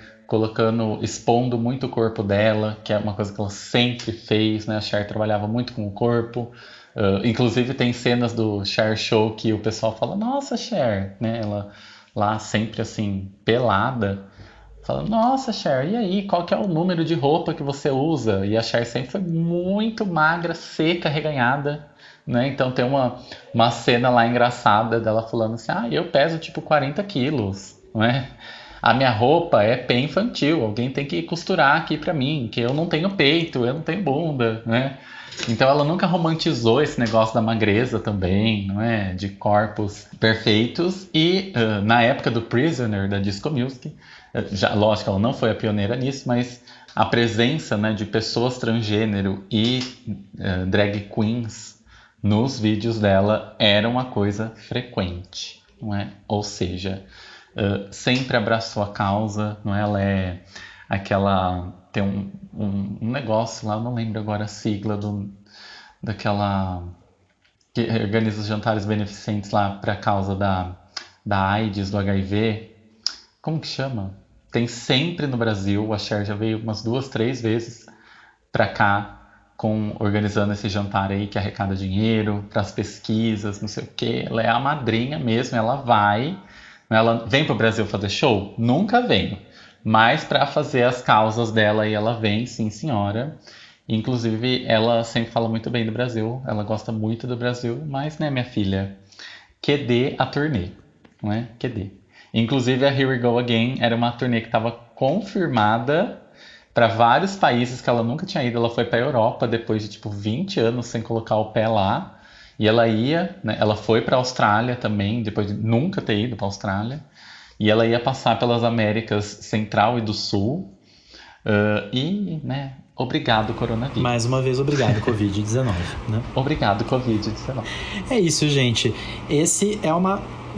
expondo muito o corpo dela, que é uma coisa que ela sempre fez, né? A Cher trabalhava muito com o corpo. Inclusive tem cenas do Cher Show que o pessoal fala, nossa, Cher, né? Ela lá sempre assim, pelada, fala, nossa, Cher, e aí, qual que é o número de roupa que você usa? E a Cher sempre foi muito magra, seca, reganhada, né? Então tem uma cena lá engraçada dela falando assim, eu peso tipo 40 quilos, não é? A minha roupa é pé infantil, alguém tem que costurar aqui pra mim, que eu não tenho peito, eu não tenho bunda, né? Então ela nunca romantizou esse negócio da magreza também, não é? De corpos perfeitos. E na época do Prisoner, da Disco Music, lógico, ela não foi a pioneira nisso, mas a presença, né, de pessoas transgênero e drag queens nos vídeos dela era uma coisa frequente, não é? Ou seja, sempre abraçou a causa, não é? Ela é aquela... Tem um negócio lá, não lembro agora a sigla daquela... que organiza os jantares beneficentes lá para a causa da AIDS, do HIV. Como que chama? Tem sempre no Brasil, a Cher já veio umas 2, 3 vezes para cá, organizando esse jantar aí que arrecada dinheiro para as pesquisas, não sei o quê. Ela é a madrinha mesmo, ela vai. Ela vem para o Brasil fazer show? Nunca vem. Mas para fazer as causas dela aí ela vem, sim senhora. Inclusive ela sempre fala muito bem do Brasil, ela gosta muito do Brasil, mas né, minha filha, QD a turnê, não é? QD. Inclusive a Here We Go Again era uma turnê que estava confirmada para vários países que ela nunca tinha ido. Ela foi para a Europa depois de tipo 20 anos sem colocar o pé lá. E ela ia, né, ela foi para a Austrália também, depois de nunca ter ido para a Austrália. E ela ia passar pelas Américas Central e do Sul. E, né, obrigado, coronavírus. Mais uma vez, obrigado, Covid-19. Né? Obrigado, Covid-19. É isso, gente. Esse é uma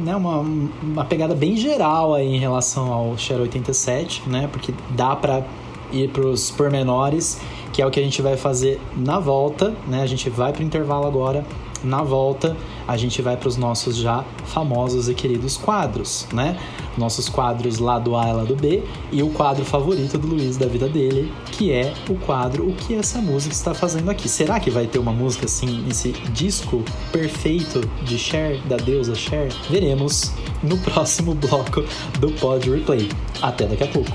pegada bem geral aí em relação ao Cher 87, né? Porque dá pra ir pros pormenores, que é o que a gente vai fazer na volta, né? A gente vai pro intervalo agora Na volta, a gente vai para os nossos já famosos e queridos quadros, né? Nossos quadros lado A e lado B, e o quadro favorito do Luiz da vida dele, que é o quadro O que essa música está fazendo aqui. Será que vai ter uma música assim, nesse disco perfeito de Cher, da deusa Cher? Veremos no próximo bloco do Pod Replay. Até daqui a pouco.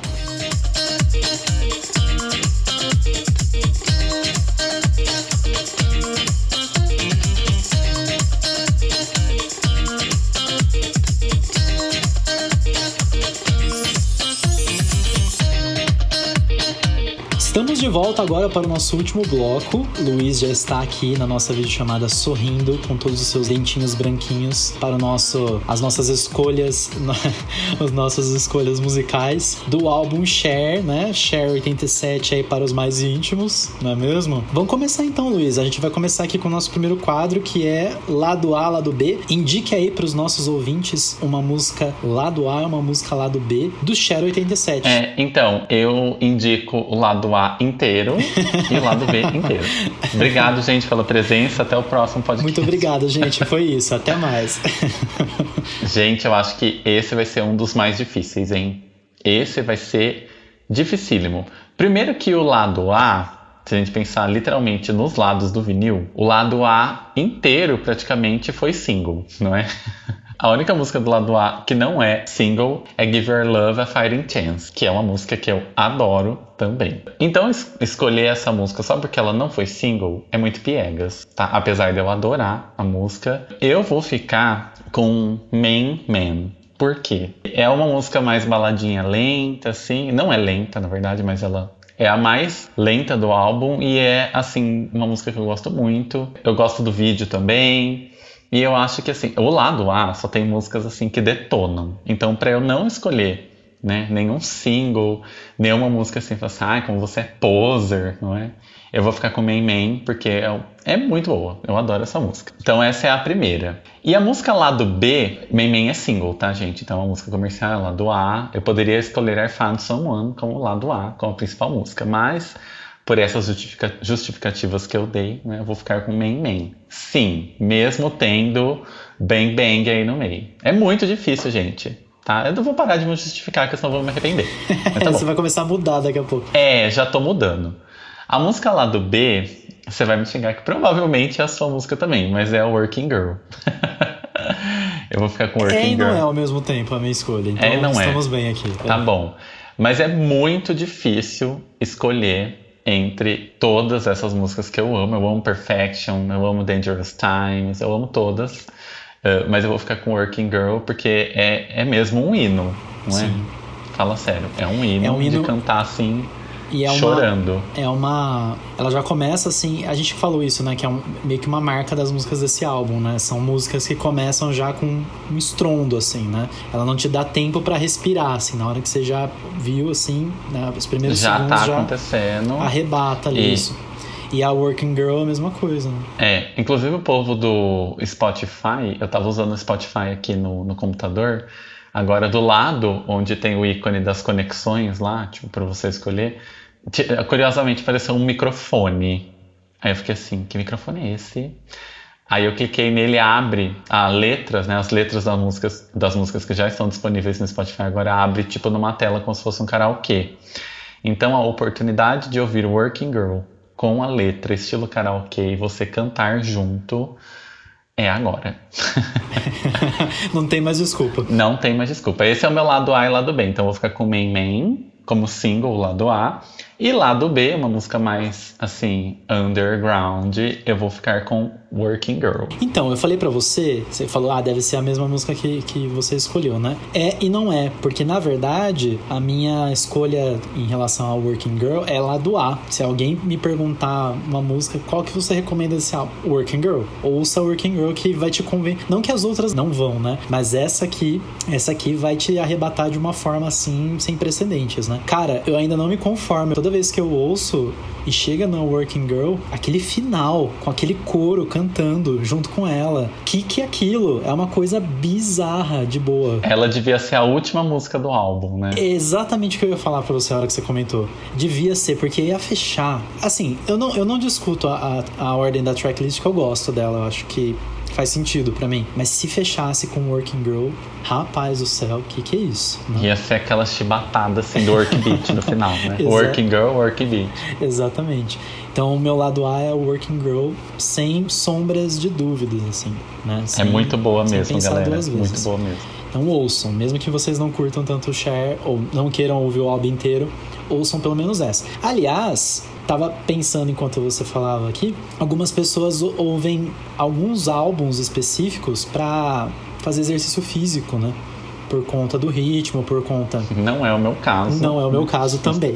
Estamos de volta agora para o nosso último bloco. Luiz já está aqui na nossa videochamada sorrindo, com todos os seus dentinhos branquinhos para as nossas escolhas, as nossas escolhas musicais do álbum Cher, né? Cher 87 aí para os mais íntimos, não é mesmo? Vamos começar então, Luiz. A gente vai começar aqui com o nosso primeiro quadro, que é lado A, lado B. Indique aí para os nossos ouvintes uma música lado A e uma música lado B do Cher 87. Então, eu indico o lado A inteiro e o lado B inteiro. Obrigado, gente, pela presença. Até o próximo podcast. Muito obrigado, gente. Foi isso. Até mais. Gente, eu acho que esse vai ser um dos mais difíceis, hein? Esse vai ser dificílimo. Primeiro que o lado A, se a gente pensar literalmente nos lados do vinil, o lado A inteiro praticamente foi single, não é? A única música do lado A que não é single é Give Your Love a Fighting Chance, que é uma música que eu adoro também. Então escolher essa música só porque ela não foi single é muito piegas, tá? Apesar de eu adorar a música, eu vou ficar com Main Man. Por quê? É uma música mais baladinha lenta, assim. Não é lenta, na verdade, mas ela é a mais lenta do álbum e é, assim, uma música que eu gosto muito. Eu gosto do vídeo também. E eu acho que, assim, o lado A só tem músicas, assim, que detonam. Então, pra eu não escolher, né, nenhum single, nenhuma música assim, assim, como você é poser, não é? Eu vou ficar com Main Man, porque é muito boa. Eu adoro essa música. Então, essa é a primeira. E a música lado B, Main Man é single, tá, gente? Então, a música comercial é lado A. Eu poderia escolher I Found Someone como lado A, como a principal música, mas por essas justificativas que eu dei, né, eu vou ficar com Main Man. Sim, mesmo tendo Bang Bang aí no meio. É muito difícil, gente, tá? Eu não vou parar de me justificar, porque senão eu vou me arrepender. Mas tá Você vai começar a mudar daqui a pouco. Já tô mudando. A música lá do B, você vai me xingar que provavelmente é a sua música também, mas é o Working Girl. Eu vou ficar com Working Girl. E não é ao mesmo tempo a minha escolha, então não estamos bem aqui. Tá bom. Mas é muito difícil escolher entre todas essas músicas que eu amo. Eu amo Perfection, eu amo Dangerous Times, eu amo todas. Mas eu vou ficar com Working Girl porque é mesmo um hino, não é? Sim. Fala sério, é um hino de cantar assim, e chorando. Ela já começa assim, a gente falou isso, né? Que é meio que uma marca das músicas desse álbum, né? São músicas que começam já com um estrondo, assim, né? Ela não te dá tempo pra respirar, assim. Na hora que você já viu, assim, né, os primeiros segundos já acontecendo. Arrebata ali isso. E a Working Girl é a mesma coisa, né? Inclusive o povo do Spotify, eu tava usando o Spotify aqui no computador, agora do lado onde tem o ícone das conexões lá, tipo, pra você escolher, curiosamente apareceu um microfone. Aí eu fiquei assim, que microfone é esse? Aí eu cliquei nele, abre as letras das músicas que já estão disponíveis no Spotify, agora abre tipo numa tela como se fosse um karaokê. Então a oportunidade de ouvir Working Girl com a letra estilo karaokê e você cantar junto é agora. Não tem mais desculpa. Não tem mais desculpa. Esse é o meu lado A e lado B. Então eu vou ficar com Main Man como single, lado A. E lado B, uma música mais, assim, underground, eu vou ficar com Working Girl. Então, eu falei pra você falou, deve ser a mesma música que você escolheu, né? E não é, porque na verdade, a minha escolha em relação ao Working Girl é lado A. Se alguém me perguntar uma música, qual que você recomenda desse álbum? Working Girl. Ouça Working Girl que vai te convencer. Não que as outras não vão, né? Mas essa aqui vai te arrebatar de uma forma, assim, sem precedentes, né? né? Cara, eu ainda não me conformo. Toda vez que eu ouço e chega no Working Girl, aquele final, com aquele coro cantando junto com ela. Que é aquilo? É uma coisa bizarra de boa. Ela devia ser a última música do álbum, né? É exatamente o que eu ia falar pra você na hora que você comentou. Devia ser, porque ia fechar. Assim, eu não discuto a ordem da tracklist, que eu gosto dela. Eu acho que faz sentido pra mim. Mas se fechasse com Working Girl, rapaz do céu, que é isso? Né? Ia ser aquela chibatada assim do work beat no final, né? Working Girl, work beat. Exatamente. Então o meu lado A é o Working Girl, sem sombras de dúvidas, assim, né? É muito boa mesmo, galera. Duas vezes. Muito boa mesmo. Então ouçam, mesmo que vocês não curtam tanto o Cher ou não queiram ouvir o álbum inteiro, ouçam pelo menos essa. Aliás, tava pensando enquanto você falava aqui, algumas pessoas ouvem alguns álbuns específicos pra fazer exercício físico, né? Por conta do ritmo, por conta... Não é o meu caso. Não é o meu caso também.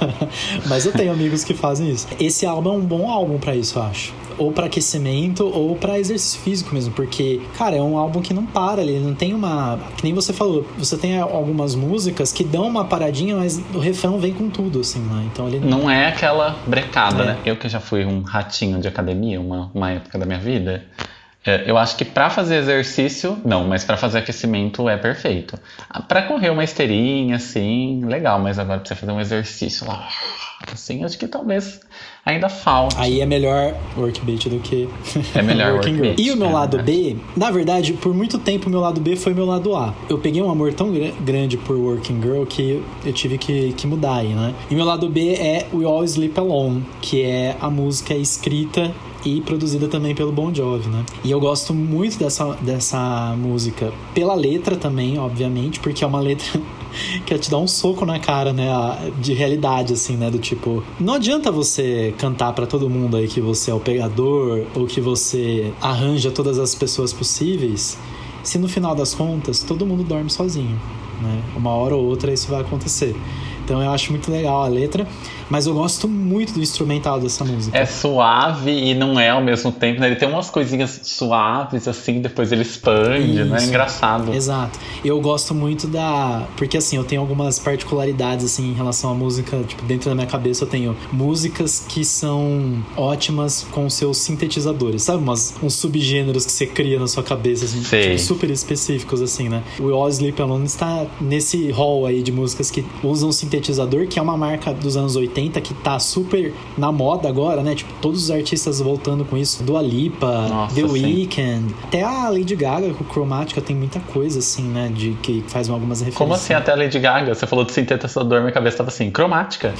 Mas eu tenho amigos que fazem isso. Esse álbum é um bom álbum pra isso, eu acho. Ou pra aquecimento, ou pra exercício físico mesmo. Porque, cara, é um álbum que não para ali. Não tem uma... Que nem você falou. Você tem algumas músicas que dão uma paradinha, mas o refrão vem com tudo, assim, né? Então ele... Não é aquela brecada, né? Eu que já fui um ratinho de academia, uma época da minha vida... Eu acho que pra fazer exercício, não, mas pra fazer aquecimento é perfeito. Pra correr uma esteirinha, assim, legal, mas agora pra você fazer um exercício lá, assim, acho que talvez ainda falte. Aí é melhor workbeat do que é melhor Working Girl. E o meu lado né? B, na verdade, por muito tempo o meu lado B foi meu lado A. Eu peguei um amor tão grande por Working Girl que eu tive que mudar aí, né? E meu lado B é We All Sleep Alone, que é a música escrita e produzida também pelo Bon Jovi, né? E eu gosto muito dessa música pela letra também, obviamente, porque é uma letra que te dá um soco na cara, né? De realidade, assim, né? Do tipo, não adianta você cantar pra todo mundo aí que você é o pegador ou que você arranja todas as pessoas possíveis, se no final das contas todo mundo dorme sozinho, né? Uma hora ou outra isso vai acontecer. Então eu acho muito legal a letra, mas eu gosto muito do instrumental dessa música. É suave e não é ao mesmo tempo, né? Ele tem umas coisinhas suaves, assim, depois ele expande, Isso. né? É engraçado. Exato. Eu gosto muito Porque, assim, eu tenho algumas particularidades, assim, em relação à música. Tipo, dentro da minha cabeça eu tenho músicas que são ótimas com seus sintetizadores. Sabe? Uns subgêneros que você cria na sua cabeça, assim, tipo, super específicos, assim, né? O All Sleep Alone está nesse hall aí de músicas que usam sintetizador, que é uma marca dos anos 80 que tá super na moda agora, né? Tipo, todos os artistas voltando com isso. Dua Lipa, Nossa, The sim. Weeknd. Até a Lady Gaga com Chromatica tem muita coisa, assim, né? Que faz algumas referências. Como assim até a Lady Gaga? Você falou de sintetizador, minha cabeça tava assim, cromática.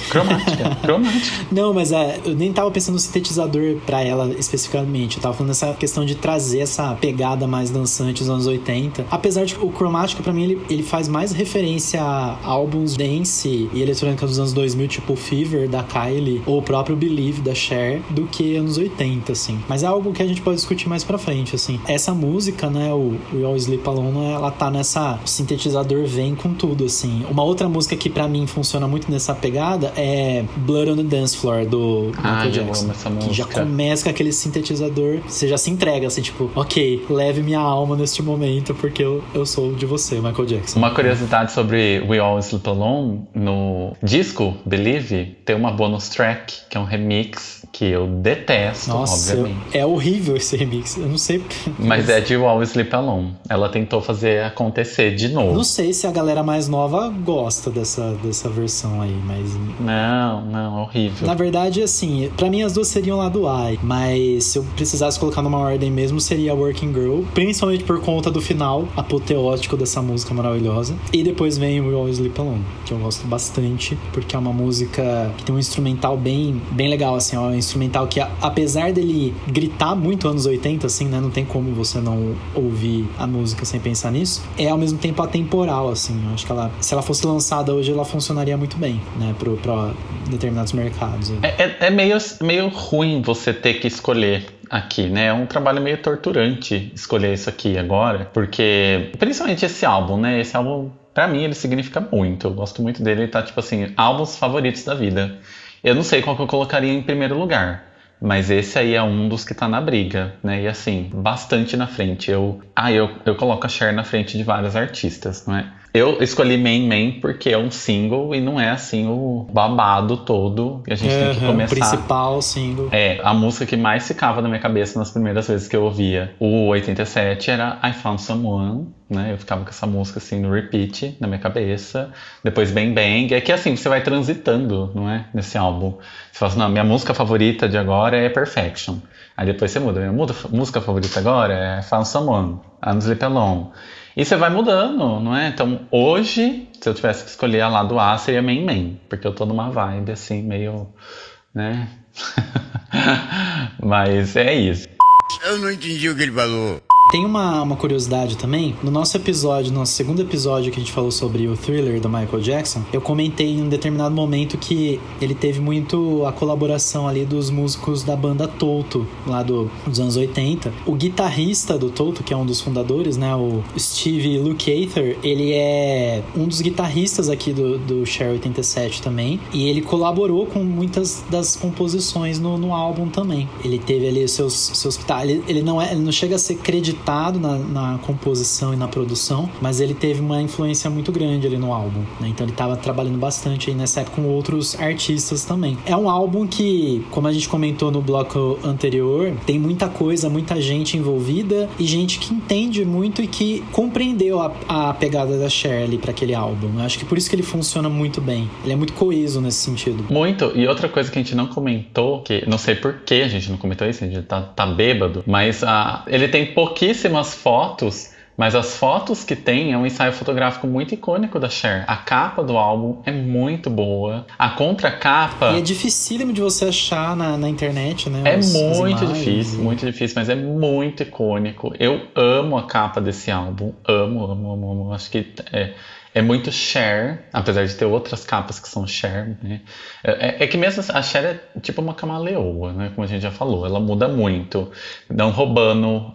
Não, mas eu nem tava pensando no sintetizador pra ela especificamente. Eu tava falando nessa questão de trazer essa pegada mais dançante dos anos 80. Apesar de que o Chromatica, pra mim, ele faz mais referência a álbuns dance e eletrônica dos anos 2000, tipo Fever, da Kylie, ou o próprio Believe, da Cher, do que anos 80, assim. Mas é algo que a gente pode discutir mais pra frente, assim. Essa música, né, o We All Sleep Alone, ela tá nessa... O sintetizador vem com tudo, assim. Uma outra música que pra mim funciona muito nessa pegada é Blood on the Dance Floor, do Michael Jackson. Eu amo essa música. Que já começa com aquele sintetizador, você já se entrega, assim, tipo, ok, leve minha alma neste momento, porque eu sou de você, Michael Jackson. Uma curiosidade sobre We All Sleep Alone, no disco Believe, tem uma bonus track, que é um remix que eu detesto, Nossa, obviamente. É horrível esse remix, eu não sei... Mas é de We All Sleep Alone. Ela tentou fazer acontecer de novo. Não sei se a galera mais nova gosta dessa versão aí, mas... Não, é horrível. Na verdade, assim, pra mim as duas seriam lá do A, mas se eu precisasse colocar numa ordem mesmo, seria Working Girl, principalmente por conta do final apoteótico dessa música maravilhosa. E depois vem We All Sleep Alone, que eu gosto bastante, porque é uma música que tem um instrumental bem legal, assim, é um instrumental que, apesar dele gritar muito anos 80, assim, né, não tem como você não ouvir a música sem pensar nisso, é ao mesmo tempo atemporal, assim, eu acho que se ela fosse lançada hoje, ela funcionaria muito bem, né, pra determinados mercados. É meio ruim você ter que escolher aqui, né? É um trabalho meio torturante escolher isso aqui agora, porque principalmente esse álbum, né? Esse álbum, pra mim, ele significa muito. Eu gosto muito dele, ele tá tipo assim, álbuns favoritos da vida. Eu não sei qual que eu colocaria em primeiro lugar, mas esse aí é um dos que tá na briga, né? E assim, bastante na frente. Eu coloco a Cher na frente de vários artistas, não é? Eu escolhi Man Man porque é um single e não é assim o babado todo que a gente tem que começar. O principal single. A música que mais ficava na minha cabeça nas primeiras vezes que eu ouvia o 87 era I Found Someone, né? Eu ficava com essa música assim no repeat na minha cabeça. Depois Bang Bang. É que assim, você vai transitando, não é? Nesse álbum. Você fala assim, não, minha música favorita de agora é Perfection. Aí depois você muda. Minha música favorita agora é I Found Someone, I'm Sleep Alone. E você vai mudando, não é? Então, hoje, se eu tivesse que escolher a lado A, seria Man Man. Porque eu tô numa vibe, assim, meio... né? Mas é isso. Eu não entendi o que ele falou. Tem uma curiosidade também. No nosso segundo episódio que a gente falou sobre o Thriller do Michael Jackson, eu comentei em um determinado momento que ele teve muito a colaboração ali dos músicos da banda Toto, lá dos anos 80. O guitarrista do Toto, que é um dos fundadores, né, o Steve Lukather, ele é um dos guitarristas aqui do Cher 87 também, e ele colaborou com muitas das composições no álbum também. Ele teve ali seus ele não chega a ser creditado na composição e na produção, mas ele teve uma influência muito grande ali no álbum, né? Então ele estava trabalhando bastante aí nessa época com outros artistas também. É um álbum que, como a gente comentou no bloco anterior, tem muita coisa, muita gente envolvida e gente que entende muito e que compreendeu a pegada da Cher ali para aquele álbum. Eu acho que por isso que ele funciona muito bem. Ele é muito coeso nesse sentido. Muito. E outra coisa que a gente não comentou, que não sei por que a gente não comentou isso, a gente tá bêbado, mas ele tem pouquíssimas fotos, mas as fotos que tem é um ensaio fotográfico muito icônico da Cher. A capa do álbum é muito boa. A contracapa... E é dificílimo de você achar na internet, né? É muito difícil, mas é muito icônico. Eu amo a capa desse álbum. Amo. Acho que é muito Cher, apesar de ter outras capas que são Cher, né? É que mesmo a Cher é tipo uma camaleoa, né? Como a gente já falou, ela muda muito. Não roubando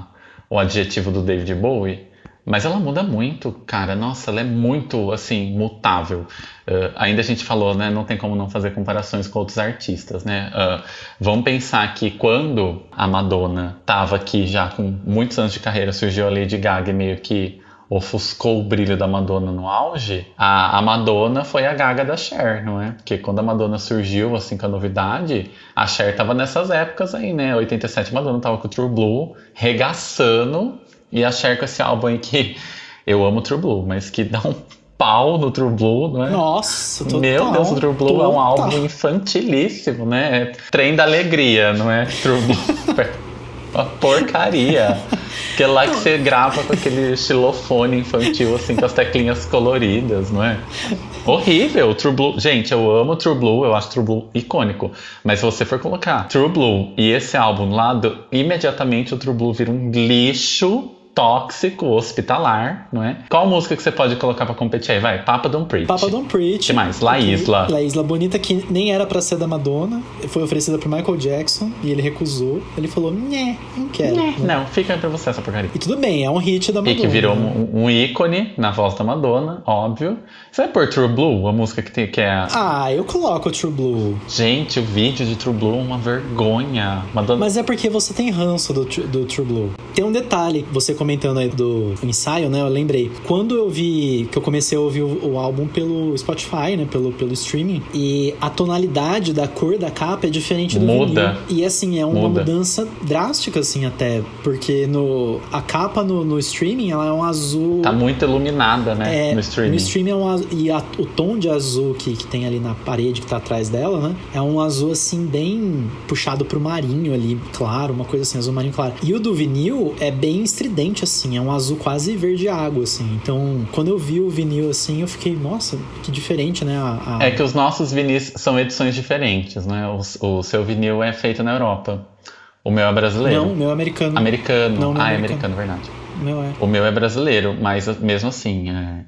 o adjetivo do David Bowie, mas ela muda muito, cara. Nossa, ela é muito, assim, mutável. Ainda a gente falou, né? Não tem como não fazer comparações com outros artistas, né? Vamos pensar que quando a Madonna estava aqui já com muitos anos de carreira, surgiu a Lady Gaga e meio que ofuscou o brilho da Madonna no auge. A Madonna foi a Gaga da Cher, não é? Porque quando a Madonna surgiu, assim, com a novidade, a Cher tava nessas épocas aí, né? 87, a Madonna tava com o True Blue, regaçando, e a Cher com esse álbum aí que eu amo o True Blue, mas que dá um pau no True Blue, não é? Nossa, total. Meu Deus, o True Blue é um álbum infantilíssimo, né? É Trem da Alegria, não é? True Blue. Uma porcaria. Que é lá que você grava com aquele xilofone infantil, assim, com as teclinhas coloridas, não é? Horrível, True Blue. Gente, eu amo True Blue, eu acho True Blue icônico. Mas se você for colocar True Blue e esse álbum do lado, imediatamente o True Blue vira um lixo tóxico, hospitalar, não é? Qual música que você pode colocar pra competir aí? Vai, Papa Don't Preach. Papa Don't Preach. O que mais? La Isla. La Isla Bonita, que nem era pra ser da Madonna, foi oferecida pro Michael Jackson e ele recusou. Ele falou, né, não quero. Não, fica pra você essa porcaria. E tudo bem, é um hit da Madonna. E que virou um ícone na voz da Madonna, óbvio. Você vai pôr True Blue, a música que é... eu coloco o True Blue. Gente, o vídeo de True Blue é uma vergonha. Madonna... Mas é porque você tem ranço do True Blue. Tem um detalhe, você comentando aí do ensaio, né? Eu lembrei. Quando eu comecei a ouvir o álbum pelo Spotify, né? Pelo streaming, e a tonalidade da cor da capa é diferente do vinil. E assim, é uma mudança drástica, assim, até. Porque a capa no streaming, ela é um azul... Tá muito iluminada, né? No streaming. No streaming é um azul... E o tom de azul que tem ali na parede, que tá atrás dela, né? É um azul, assim, bem puxado pro marinho ali, claro, uma coisa assim, azul marinho claro. E o do vinil é bem estridente, assim, é um azul quase verde água, assim. Então, quando eu vi o vinil, assim, eu fiquei, nossa, que diferente, né? É que os nossos vinis são edições diferentes, né? O seu vinil é feito na Europa. O meu é brasileiro. Não, o meu é americano. Americano. Não, é americano, verdade. Meu é. O meu é brasileiro, mas mesmo assim...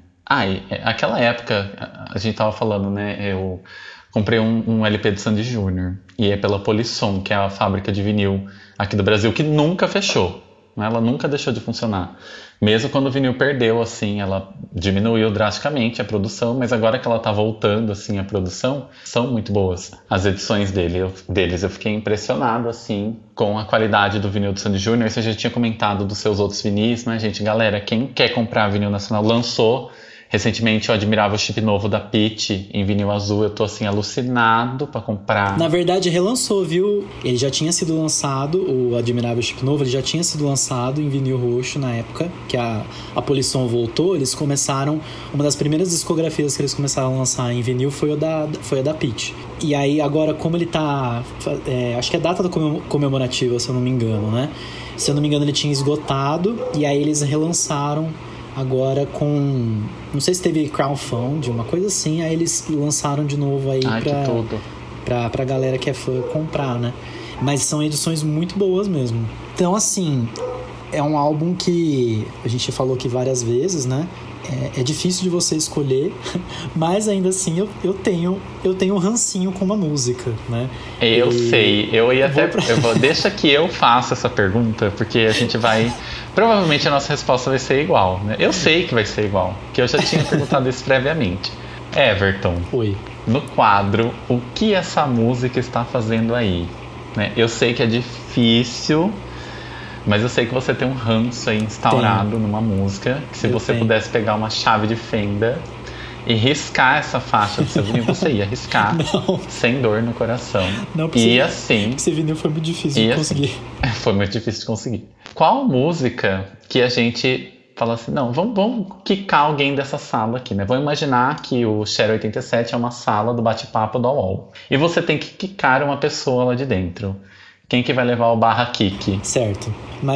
aquela época, a gente tava falando, né? Eu comprei um LP do Sandy Júnior. E é pela Polisson, que é a fábrica de vinil aqui do Brasil, que nunca fechou. Ela nunca deixou de funcionar. Mesmo quando o vinil perdeu, assim, ela diminuiu drasticamente a produção, mas agora que ela tá voltando, assim, a produção, são muito boas as edições deles. Eu fiquei impressionado, assim, com a qualidade do vinil do Sandy Júnior. Você já tinha comentado dos seus outros vinis, né, gente? Galera, quem quer comprar vinil nacional, lançou Recentemente eu admirava o chip novo da Pitty em vinil azul. Eu tô assim alucinado pra comprar. Na verdade, relançou, viu? Ele já tinha sido lançado, o Admirável Chip Novo, ele já tinha sido lançado em vinil roxo na época que a Polisson voltou. Eles começaram, uma das primeiras discografias que eles começaram a lançar em vinil foi a da Pitty. E aí agora, como ele tá, acho que é data comemorativa, se eu não me engano, né? Se eu não me engano, ele tinha esgotado, e aí eles relançaram agora com... Não sei se teve crowdfunding, uma coisa assim. Aí eles lançaram de novo aí pra galera que é fã comprar, né? Mas são edições muito boas mesmo. Então, assim, é um álbum que a gente falou aqui várias vezes, né? É difícil de você escolher, mas ainda assim eu tenho um rancinho com uma música, né? Eu sei, deixa que eu faça essa pergunta, porque a gente vai... Provavelmente a nossa resposta vai ser igual, né? Eu sei que vai ser igual, porque eu já tinha perguntado isso previamente. Everton, Oi. No quadro, o que essa música está fazendo aí? Né? Eu sei que é difícil... Mas eu sei que você tem um ranço aí instaurado numa música, que se você pudesse pegar uma chave de fenda e riscar essa faixa do seu vinil, você ia riscar sem dor no coração. Não precisa. E assim... Esse vinil foi muito difícil de conseguir. Foi muito difícil de conseguir. Qual música que a gente fala assim, não, vamos quicar alguém dessa sala aqui, né? Vamos imaginar que o Share 87 é uma sala do bate-papo do UOL. E você tem que quicar uma pessoa lá de dentro. Quem que vai levar o barra kick? Certo.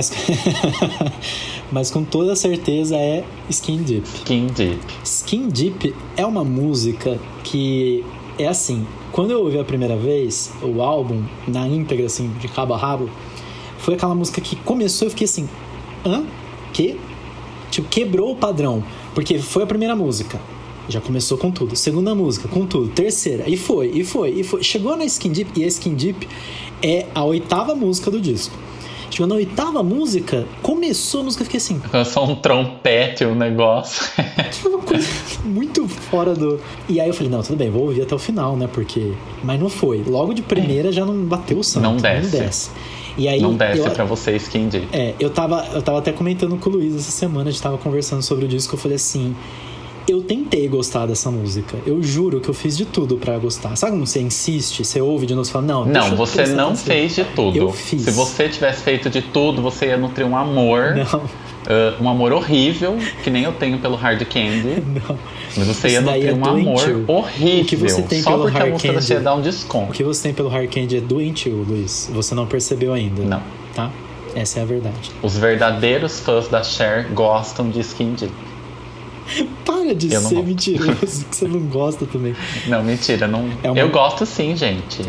Mas com toda certeza é Skin Deep. Skin Deep. Skin Deep é uma música que é assim, quando eu ouvi a primeira vez o álbum, na íntegra, assim, de cabo a rabo, foi aquela música que começou e eu fiquei assim, hã? Que? Tipo, quebrou o padrão. Porque foi a primeira música. Já começou com tudo. Segunda música, com tudo. Terceira. E foi. Chegou na Skin Deep, e a Skin Deep é a 8ª música do disco. Chegou na 8ª música, começou a música, eu fiquei assim... Só um trompete, um negócio. Uma coisa muito fora do... E aí eu falei, não, tudo bem, vou ouvir até o final, né? Porque... Mas não foi. Logo de primeira já não bateu o santo. Não desce. E aí, não desce pra você, Skin Deep. Eu tava até comentando com o Luiz essa semana, a gente tava conversando sobre o disco, eu falei assim... Eu tentei gostar dessa música. Eu juro que eu fiz de tudo pra gostar. Sabe como você insiste? Você ouve de novo e fala, não... Não, você não fez de tudo. Eu fiz. Se você tivesse feito de tudo, você ia nutrir um amor... Não. Um amor horrível, que nem eu tenho pelo Hard Candy. Não. Mas você ia nutrir um amor horrível. O que você tem só pelo porque Hard a música Candy, você ia dar um desconto. O que você tem pelo Hard Candy é doentio, Luiz. Você não percebeu ainda. Não. Tá? Essa é a verdade. Os verdadeiros fãs da Cher gostam de Skin Deep. Para de ser mentiroso, que você não gosta também. Não, mentira. Não... Eu gosto sim, gente.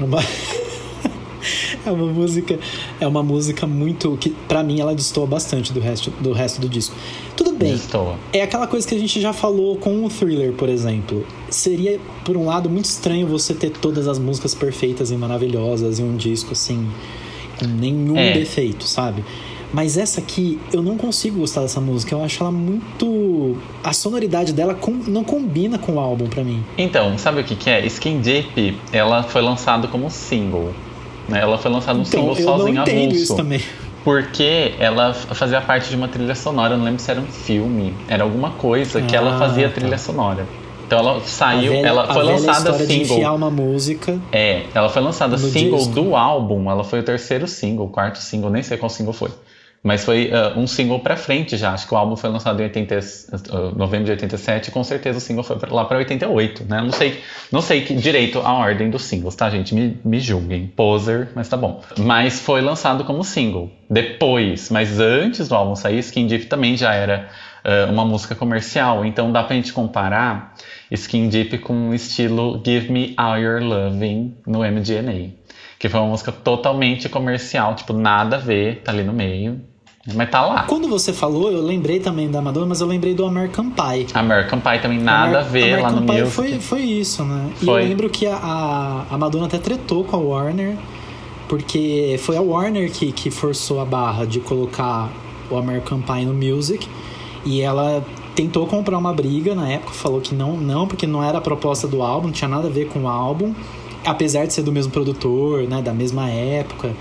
É uma música muito... que pra mim ela destoa bastante do resto do disco. Tudo bem. Destoa. É aquela coisa que a gente já falou com o Thriller, por exemplo. Seria, por um lado, muito estranho você ter todas as músicas perfeitas e maravilhosas em um disco, assim, com nenhum defeito, sabe? Mas essa aqui, eu não consigo gostar dessa música. Eu acho ela muito... A sonoridade dela não combina com o álbum pra mim. Então, sabe o que é? Skin Deep, ela foi lançada como single. Né? Ela foi lançada um single sozinha, avulso. Eu não entendo isso também. Porque ela fazia parte de uma trilha sonora. Eu não lembro se era um filme. Era alguma coisa que ela fazia trilha sonora. Então ela saiu, ela foi lançada single. De enfiar uma música. Ela foi lançada single disco. Do álbum. Ela foi o 3º single, 4º single, nem sei qual single foi. Mas foi um single pra frente já. Acho que o álbum foi lançado em novembro de 87. E com certeza o single foi lá pra 88, né? Não sei direito a ordem dos singles, tá, gente? Me julguem. Poser, mas tá bom. Mas foi lançado como single. Depois, mas antes do álbum sair, Skin Deep também já era uma música comercial. Então dá pra gente comparar Skin Deep com o estilo Give Me All Your Loving no MDNA. Que foi uma música totalmente comercial. Tipo, nada a ver, tá ali no meio. Mas tá lá. Quando você falou, eu lembrei também da Madonna, mas eu lembrei do American Pie. American Pie também nada a ver lá no American music. Pie foi isso, né? Foi. E eu lembro que a Madonna até tretou com a Warner, porque foi a Warner que forçou a barra de colocar o American Pie no music. E ela tentou comprar uma briga na época, falou que não, porque não era a proposta do álbum, não tinha nada a ver com o álbum. Apesar de ser do mesmo produtor, né, da mesma época.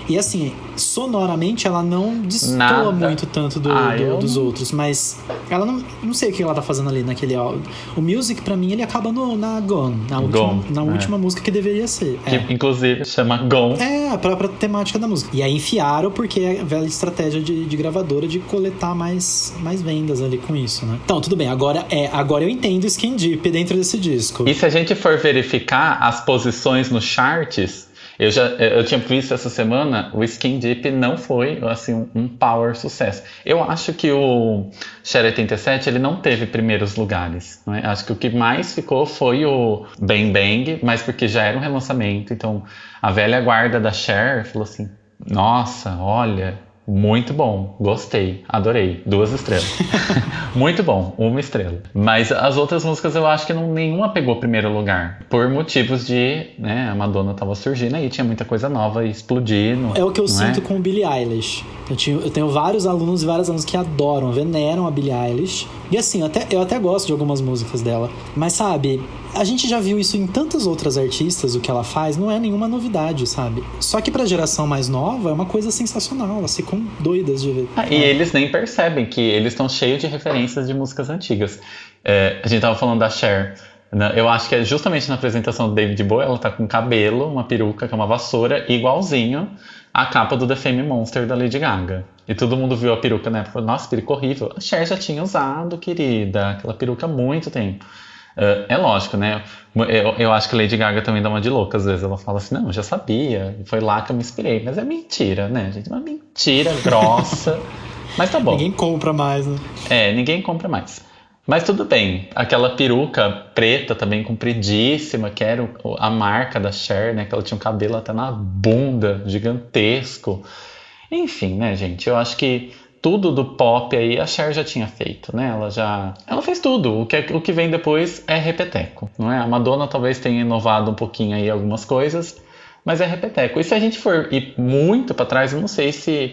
E assim, sonoramente ela não destoa Nada. muito tanto dos outros, mas ela não sei o que ela tá fazendo ali naquele álbum. O Music, pra mim, ele acaba na Gone, na última música que deveria ser. Que inclusive chama Gone. É, a própria temática da música. E aí enfiaram porque é a velha estratégia de gravadora de coletar mais vendas ali com isso, né? Então, tudo bem, agora eu entendo Skin Deep dentro desse disco. E se a gente for verificar as posições nos charts, eu tinha visto essa semana, o Skin Deep não foi, assim, um power sucesso. Eu acho que o Cher 87, ele não teve primeiros lugares, não é? Acho que o que mais ficou foi o Bang Bang, mas porque já era um relançamento, então a velha guarda da Cher falou assim, nossa, olha, muito bom, gostei, adorei, 2 estrelas. Muito bom, 1 estrela. Mas as outras músicas eu acho que nenhuma pegou primeiro lugar. Por motivos de, né, a Madonna tava surgindo aí, tinha muita coisa nova e explodindo. É o que eu sinto com Billie Eilish. Eu tenho vários alunos e várias alunos que adoram, veneram a Billie Eilish. E assim, eu até gosto de algumas músicas dela. Mas sabe, a gente já viu isso em tantas outras artistas, o que ela faz, não é nenhuma novidade, sabe? Só que pra geração mais nova é uma coisa sensacional, elas ficam doidas de ver. E eles nem percebem que eles estão cheios de referências de músicas antigas. A gente tava falando da Cher. Eu acho que é justamente na apresentação do David Bowie, ela tá com cabelo, uma peruca, que é uma vassoura, igualzinho a capa do The Fame Monster da Lady Gaga. E todo mundo viu a peruca, né? Falou, nossa, peruca horrível. A Cher já tinha usado, querida, aquela peruca há muito tempo. É lógico, né? Eu acho que a Lady Gaga também dá uma de louca às vezes. Ela fala assim, não, eu já sabia, foi lá que eu me inspirei. Mas é mentira, né, gente? Uma mentira grossa. Mas tá bom. Ninguém compra mais, né? Ninguém compra mais. Mas tudo bem. Aquela peruca preta também, compridíssima, que era a marca da Cher, né? Que ela tinha um cabelo até na bunda, gigantesco. Enfim, né, gente? Eu acho que tudo do pop aí a Cher já tinha feito, né? Ela fez tudo. O que vem depois é repeteco, não é? A Madonna talvez tenha inovado um pouquinho aí algumas coisas, mas é repeteco. E se a gente for ir muito para trás, eu não sei se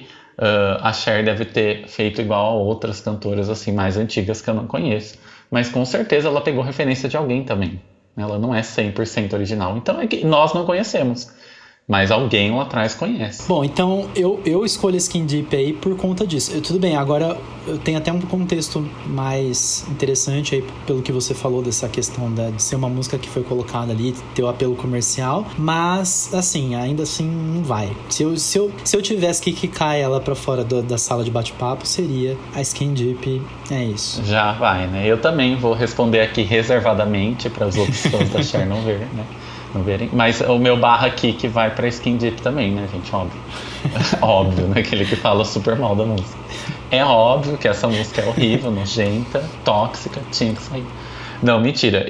a Cher deve ter feito igual a outras cantoras assim mais antigas que eu não conheço. Mas com certeza ela pegou referência de alguém também. Ela não é 100% original. Então é que nós não conhecemos. Mas alguém lá atrás conhece. Bom, então eu escolho Skin Deep aí por conta disso. Tudo bem, agora eu tenho até um contexto mais interessante aí pelo que você falou dessa questão de ser uma música que foi colocada ali, ter o apelo comercial. Mas, assim, ainda assim não vai. Se eu tivesse que quicar ela pra fora da sala de bate-papo, seria a Skin Deep. É isso. Já vai, né? Eu também vou responder aqui reservadamente para os outros fãs da Cher não ver, né? Não verem. Mas o meu barra aqui que vai pra Skin Deep também, né, gente? Óbvio. Óbvio, né? Aquele que fala super mal da música. É óbvio que essa música é horrível, nojenta, tóxica, tinha que sair. Não, mentira.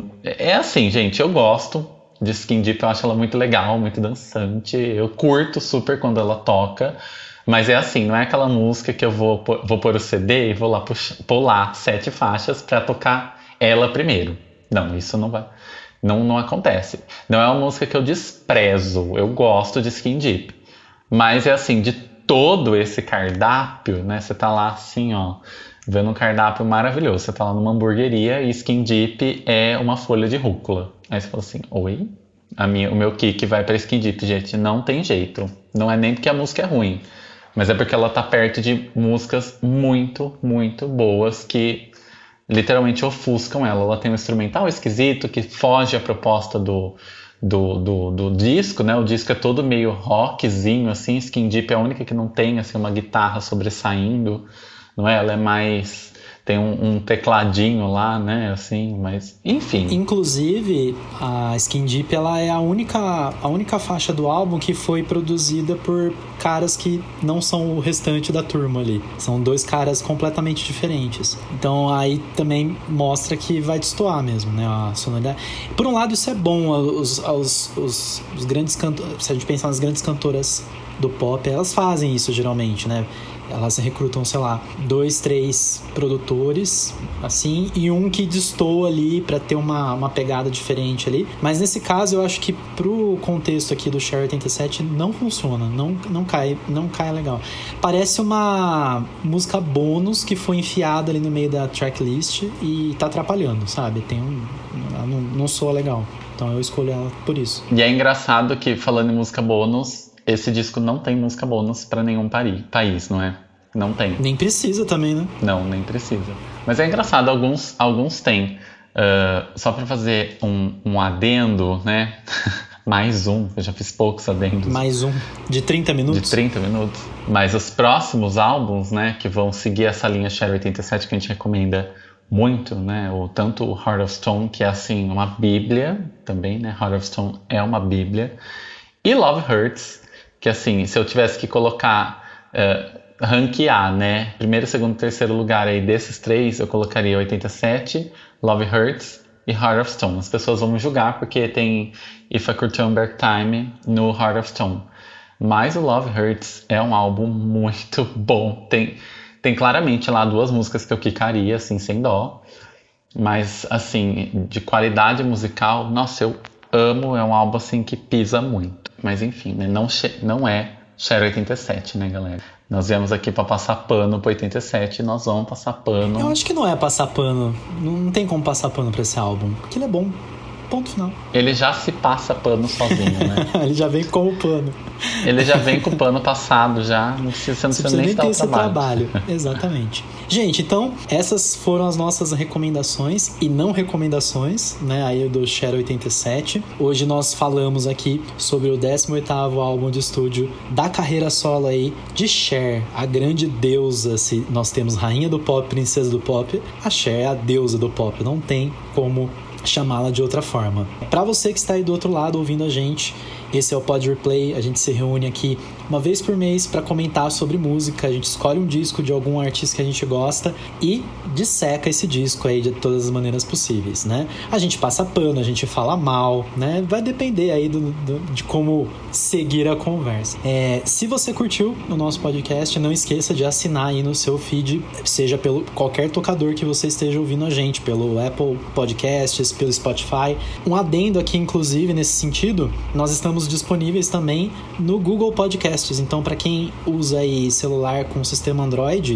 É assim, gente, eu gosto de Skin Deep, eu acho ela muito legal, muito dançante. Eu curto super quando ela toca. Mas é assim, não é aquela música que eu vou pôr o CD e vou lá pular 7 faixas pra tocar ela primeiro. Não, isso não vai. Não acontece. Não é uma música que eu desprezo. Eu gosto de Skin Deep. Mas é assim, de todo esse cardápio, né? Você tá lá assim, ó, vendo um cardápio maravilhoso. Você tá lá numa hamburgueria e Skin Deep é uma folha de rúcula. Aí você fala assim, oi? O meu kick vai pra Skin Deep, gente. Não tem jeito. Não é nem porque a música é ruim. Mas é porque ela tá perto de músicas muito, muito boas que literalmente ofuscam ela. Ela tem um instrumental esquisito que foge à proposta do disco, né? O disco é todo meio rockzinho, assim. Skin Deep é a única que não tem, assim, uma guitarra sobressaindo, não é? Ela é mais... Tem um tecladinho lá, né? Assim, mas... Enfim. Inclusive, a Skin Deep, ela é a única faixa do álbum que foi produzida por caras que não são o restante da turma ali. São 2 caras completamente diferentes. Então, aí também mostra que vai destoar mesmo, né? A sonoridade. Por um lado, isso é bom. Os grandes cantores... Se a gente pensar nas grandes cantoras do pop, elas fazem isso geralmente, né? Elas recrutam, sei lá, 2, 3 produtores, assim, e um que destoa ali pra ter uma pegada diferente ali. Mas nesse caso, eu acho que pro contexto aqui do Cher 87 não funciona, não cai legal. Parece uma música bônus que foi enfiada ali no meio da tracklist e tá atrapalhando, sabe? Não soa legal. Então eu escolho ela por isso. E é engraçado que, falando em música bônus, esse disco não tem música bônus pra nenhum país, não é? Não tem. Nem precisa também, né? Não, nem precisa. Mas é engraçado, alguns têm. Só pra fazer um adendo, né? Mais um, eu já fiz poucos adendos. Mais um, de 30 minutos? De 30 minutos. Mas os próximos álbuns, né, que vão seguir essa linha Cher 87, que a gente recomenda muito, né? Tanto o Heart of Stone, que é assim, uma bíblia também, né? Heart of Stone é uma bíblia. E Love Hurts, que assim, se eu tivesse que colocar, ranquear, né? Primeiro, segundo, terceiro lugar aí desses três, eu colocaria 87, Love Hurts e Heart of Stone. As pessoas vão me julgar porque tem If I Could Turn Back Time no Heart of Stone. Mas o Love Hurts é um álbum muito bom. Tem claramente lá 2 músicas que eu quicaria, assim, sem dó. Mas, assim, de qualidade musical, nossa, eu amo. É um álbum, assim, que pisa muito. Mas, enfim, né? Não é Cher 87, né, galera? Nós viemos aqui pra passar pano pro 87 e nós vamos passar pano. Eu acho que não é passar pano. Não tem como passar pano pra esse álbum. Porque ele é bom. Ponto final. Ele já se passa pano sozinho, né? Ele já vem com o pano. Ele já vem com o pano passado, já. Você não precisa nem dar o trabalho. Exatamente. Gente, então, essas foram as nossas recomendações e não recomendações, né? Aí do Cher 87. Hoje nós falamos aqui sobre o 18º álbum de estúdio da carreira solo aí de Cher, a grande deusa. Se nós temos rainha do pop, princesa do pop, a Cher é a deusa do pop. Não tem como chamá-la de outra forma. Para você que está aí do outro lado ouvindo a gente, esse é o Pod Replay. A gente se reúne aqui uma vez por mês para comentar sobre música. A gente escolhe um disco de algum artista que a gente gosta e disseca esse disco aí de todas as maneiras possíveis, né? A gente passa pano, a gente fala mal, né? Vai depender aí de como seguir a conversa. Se você curtiu o nosso podcast, não esqueça de assinar aí no seu feed, seja pelo qualquer tocador que você esteja ouvindo a gente, pelo Apple Podcasts, pelo Spotify. Um adendo aqui, inclusive, nesse sentido, nós estamos disponíveis também no Google Podcasts. Então, para quem usa aí celular com sistema Android,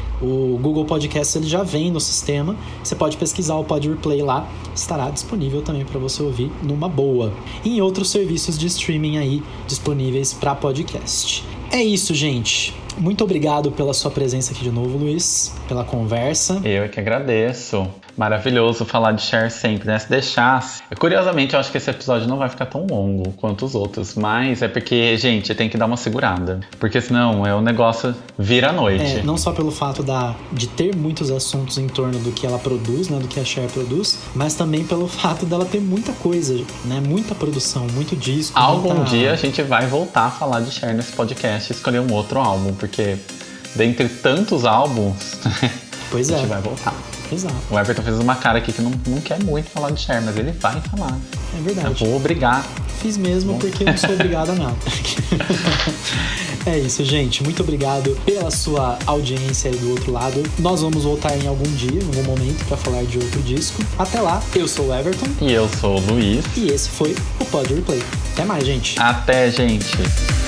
o Google Podcasts ele já vem no sistema. Você pode pesquisar o Pod Replay lá, estará disponível também para você ouvir numa boa. E em outros serviços de streaming aí disponíveis para podcast. É isso, gente. Muito obrigado pela sua presença aqui de novo, Luiz, pela conversa. Eu é que agradeço. Maravilhoso falar de Cher sempre, né? Se deixasse. Curiosamente, eu acho que esse episódio não vai ficar tão longo quanto os outros, mas é porque, gente, tem que dar uma segurada. Porque senão o negócio vira à noite. Não só pelo fato de ter muitos assuntos em torno do que ela produz, né? Do que a Cher produz, mas também pelo fato dela ter muita coisa, né? Muita produção, muito disco. Algum dia a gente vai voltar a falar de Cher nesse podcast e escolher um outro álbum, porque dentre tantos álbuns, pois a gente vai voltar. Exato. O Everton fez uma cara aqui que não quer muito falar de Cher, mas ele vai falar. É verdade. Eu vou obrigar. Fiz mesmo porque eu não sou obrigado a nada. É isso, gente. Muito obrigado pela sua audiência aí do outro lado. Nós vamos voltar em algum dia, em algum momento, para falar de outro disco. Até lá, eu sou o Everton. E eu sou o Luiz. E esse foi o Pod Replay. Até mais, gente. Até, gente.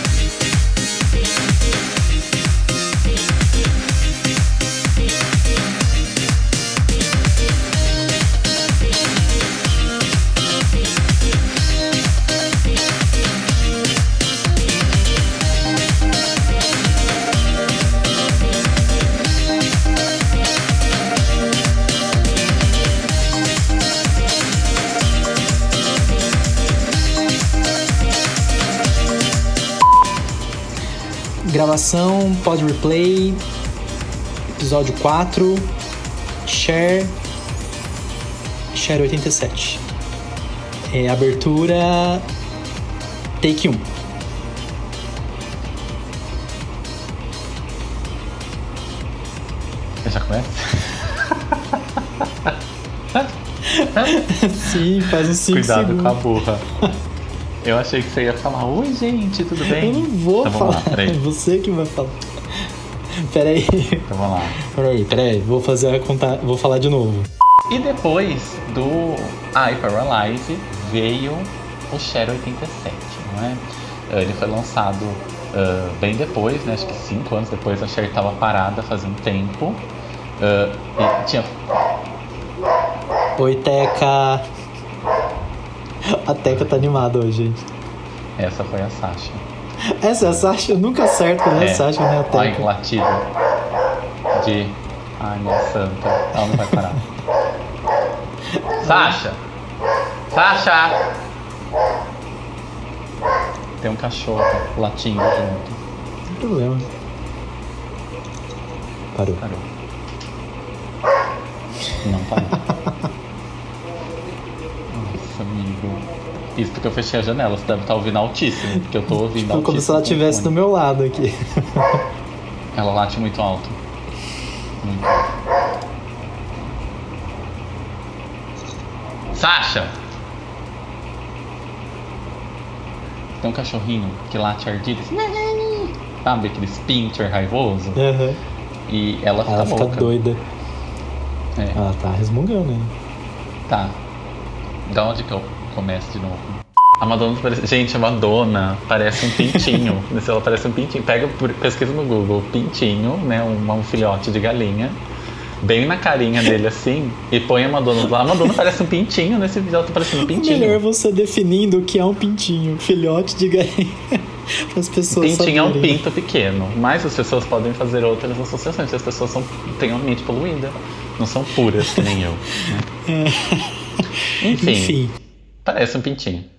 Gravação, Pod Replay, episódio 4, Cher 87. Abertura, take 1. Já começa? Sim, faz uns 5 Cuidado segundos. com a burra. Eu achei que você ia falar, oi gente, tudo bem? Eu não vou então, falar, vamos lá, peraí. é você que vai falar. Peraí. Então vamos lá. Peraí, vou falar de novo. E depois do I Paralyze veio o Cher 87, não é? Ele foi lançado bem depois, né? Acho que 5 anos depois. A Cher estava parada fazia um tempo. E tinha... Oi, Teca. A Teca tá animada hoje, gente. Essa foi a Sasha. Essa é a Sasha? Eu nunca acerto, né? A Sasha, né? A Ai, Teca. latido. Ai, minha santa. Ela não vai parar. Sasha! Sasha! Tem um cachorro latindo junto. Não tem problema. Parou. Não parou. Nossa, amigo. Isso porque eu fechei a janela. Você deve estar ouvindo altíssimo, porque eu tô ouvindo Tipo, altíssimo. como se ela estivesse do meu lado aqui. Ela late muito alto. Muito. Sasha! Tem um cachorrinho que late ardido. Sabe aquele pincher raivoso? Uhum. E ela fica Ela fica louca. doida. É. Ela tá resmungando, hein? Tá. Da onde que eu começo de novo? A Madonna parece... Gente, a Madonna parece um pintinho. Ela parece um pintinho. Pesquisa no Google, pintinho, né? Um filhote de galinha. Bem na carinha dele, assim. E põe a Madonna lá. A Madonna parece um pintinho. Nesse vídeo ela tá parecendo um pintinho. Melhor você definindo o que é um pintinho. Filhote de galinha. Para as pessoas Pintinho é um saberem. pinto pequeno. Mas as pessoas podem fazer outras associações. As pessoas têm uma mente poluída. Não são puras, que nem eu. Né? Enfim. Parece um pintinho.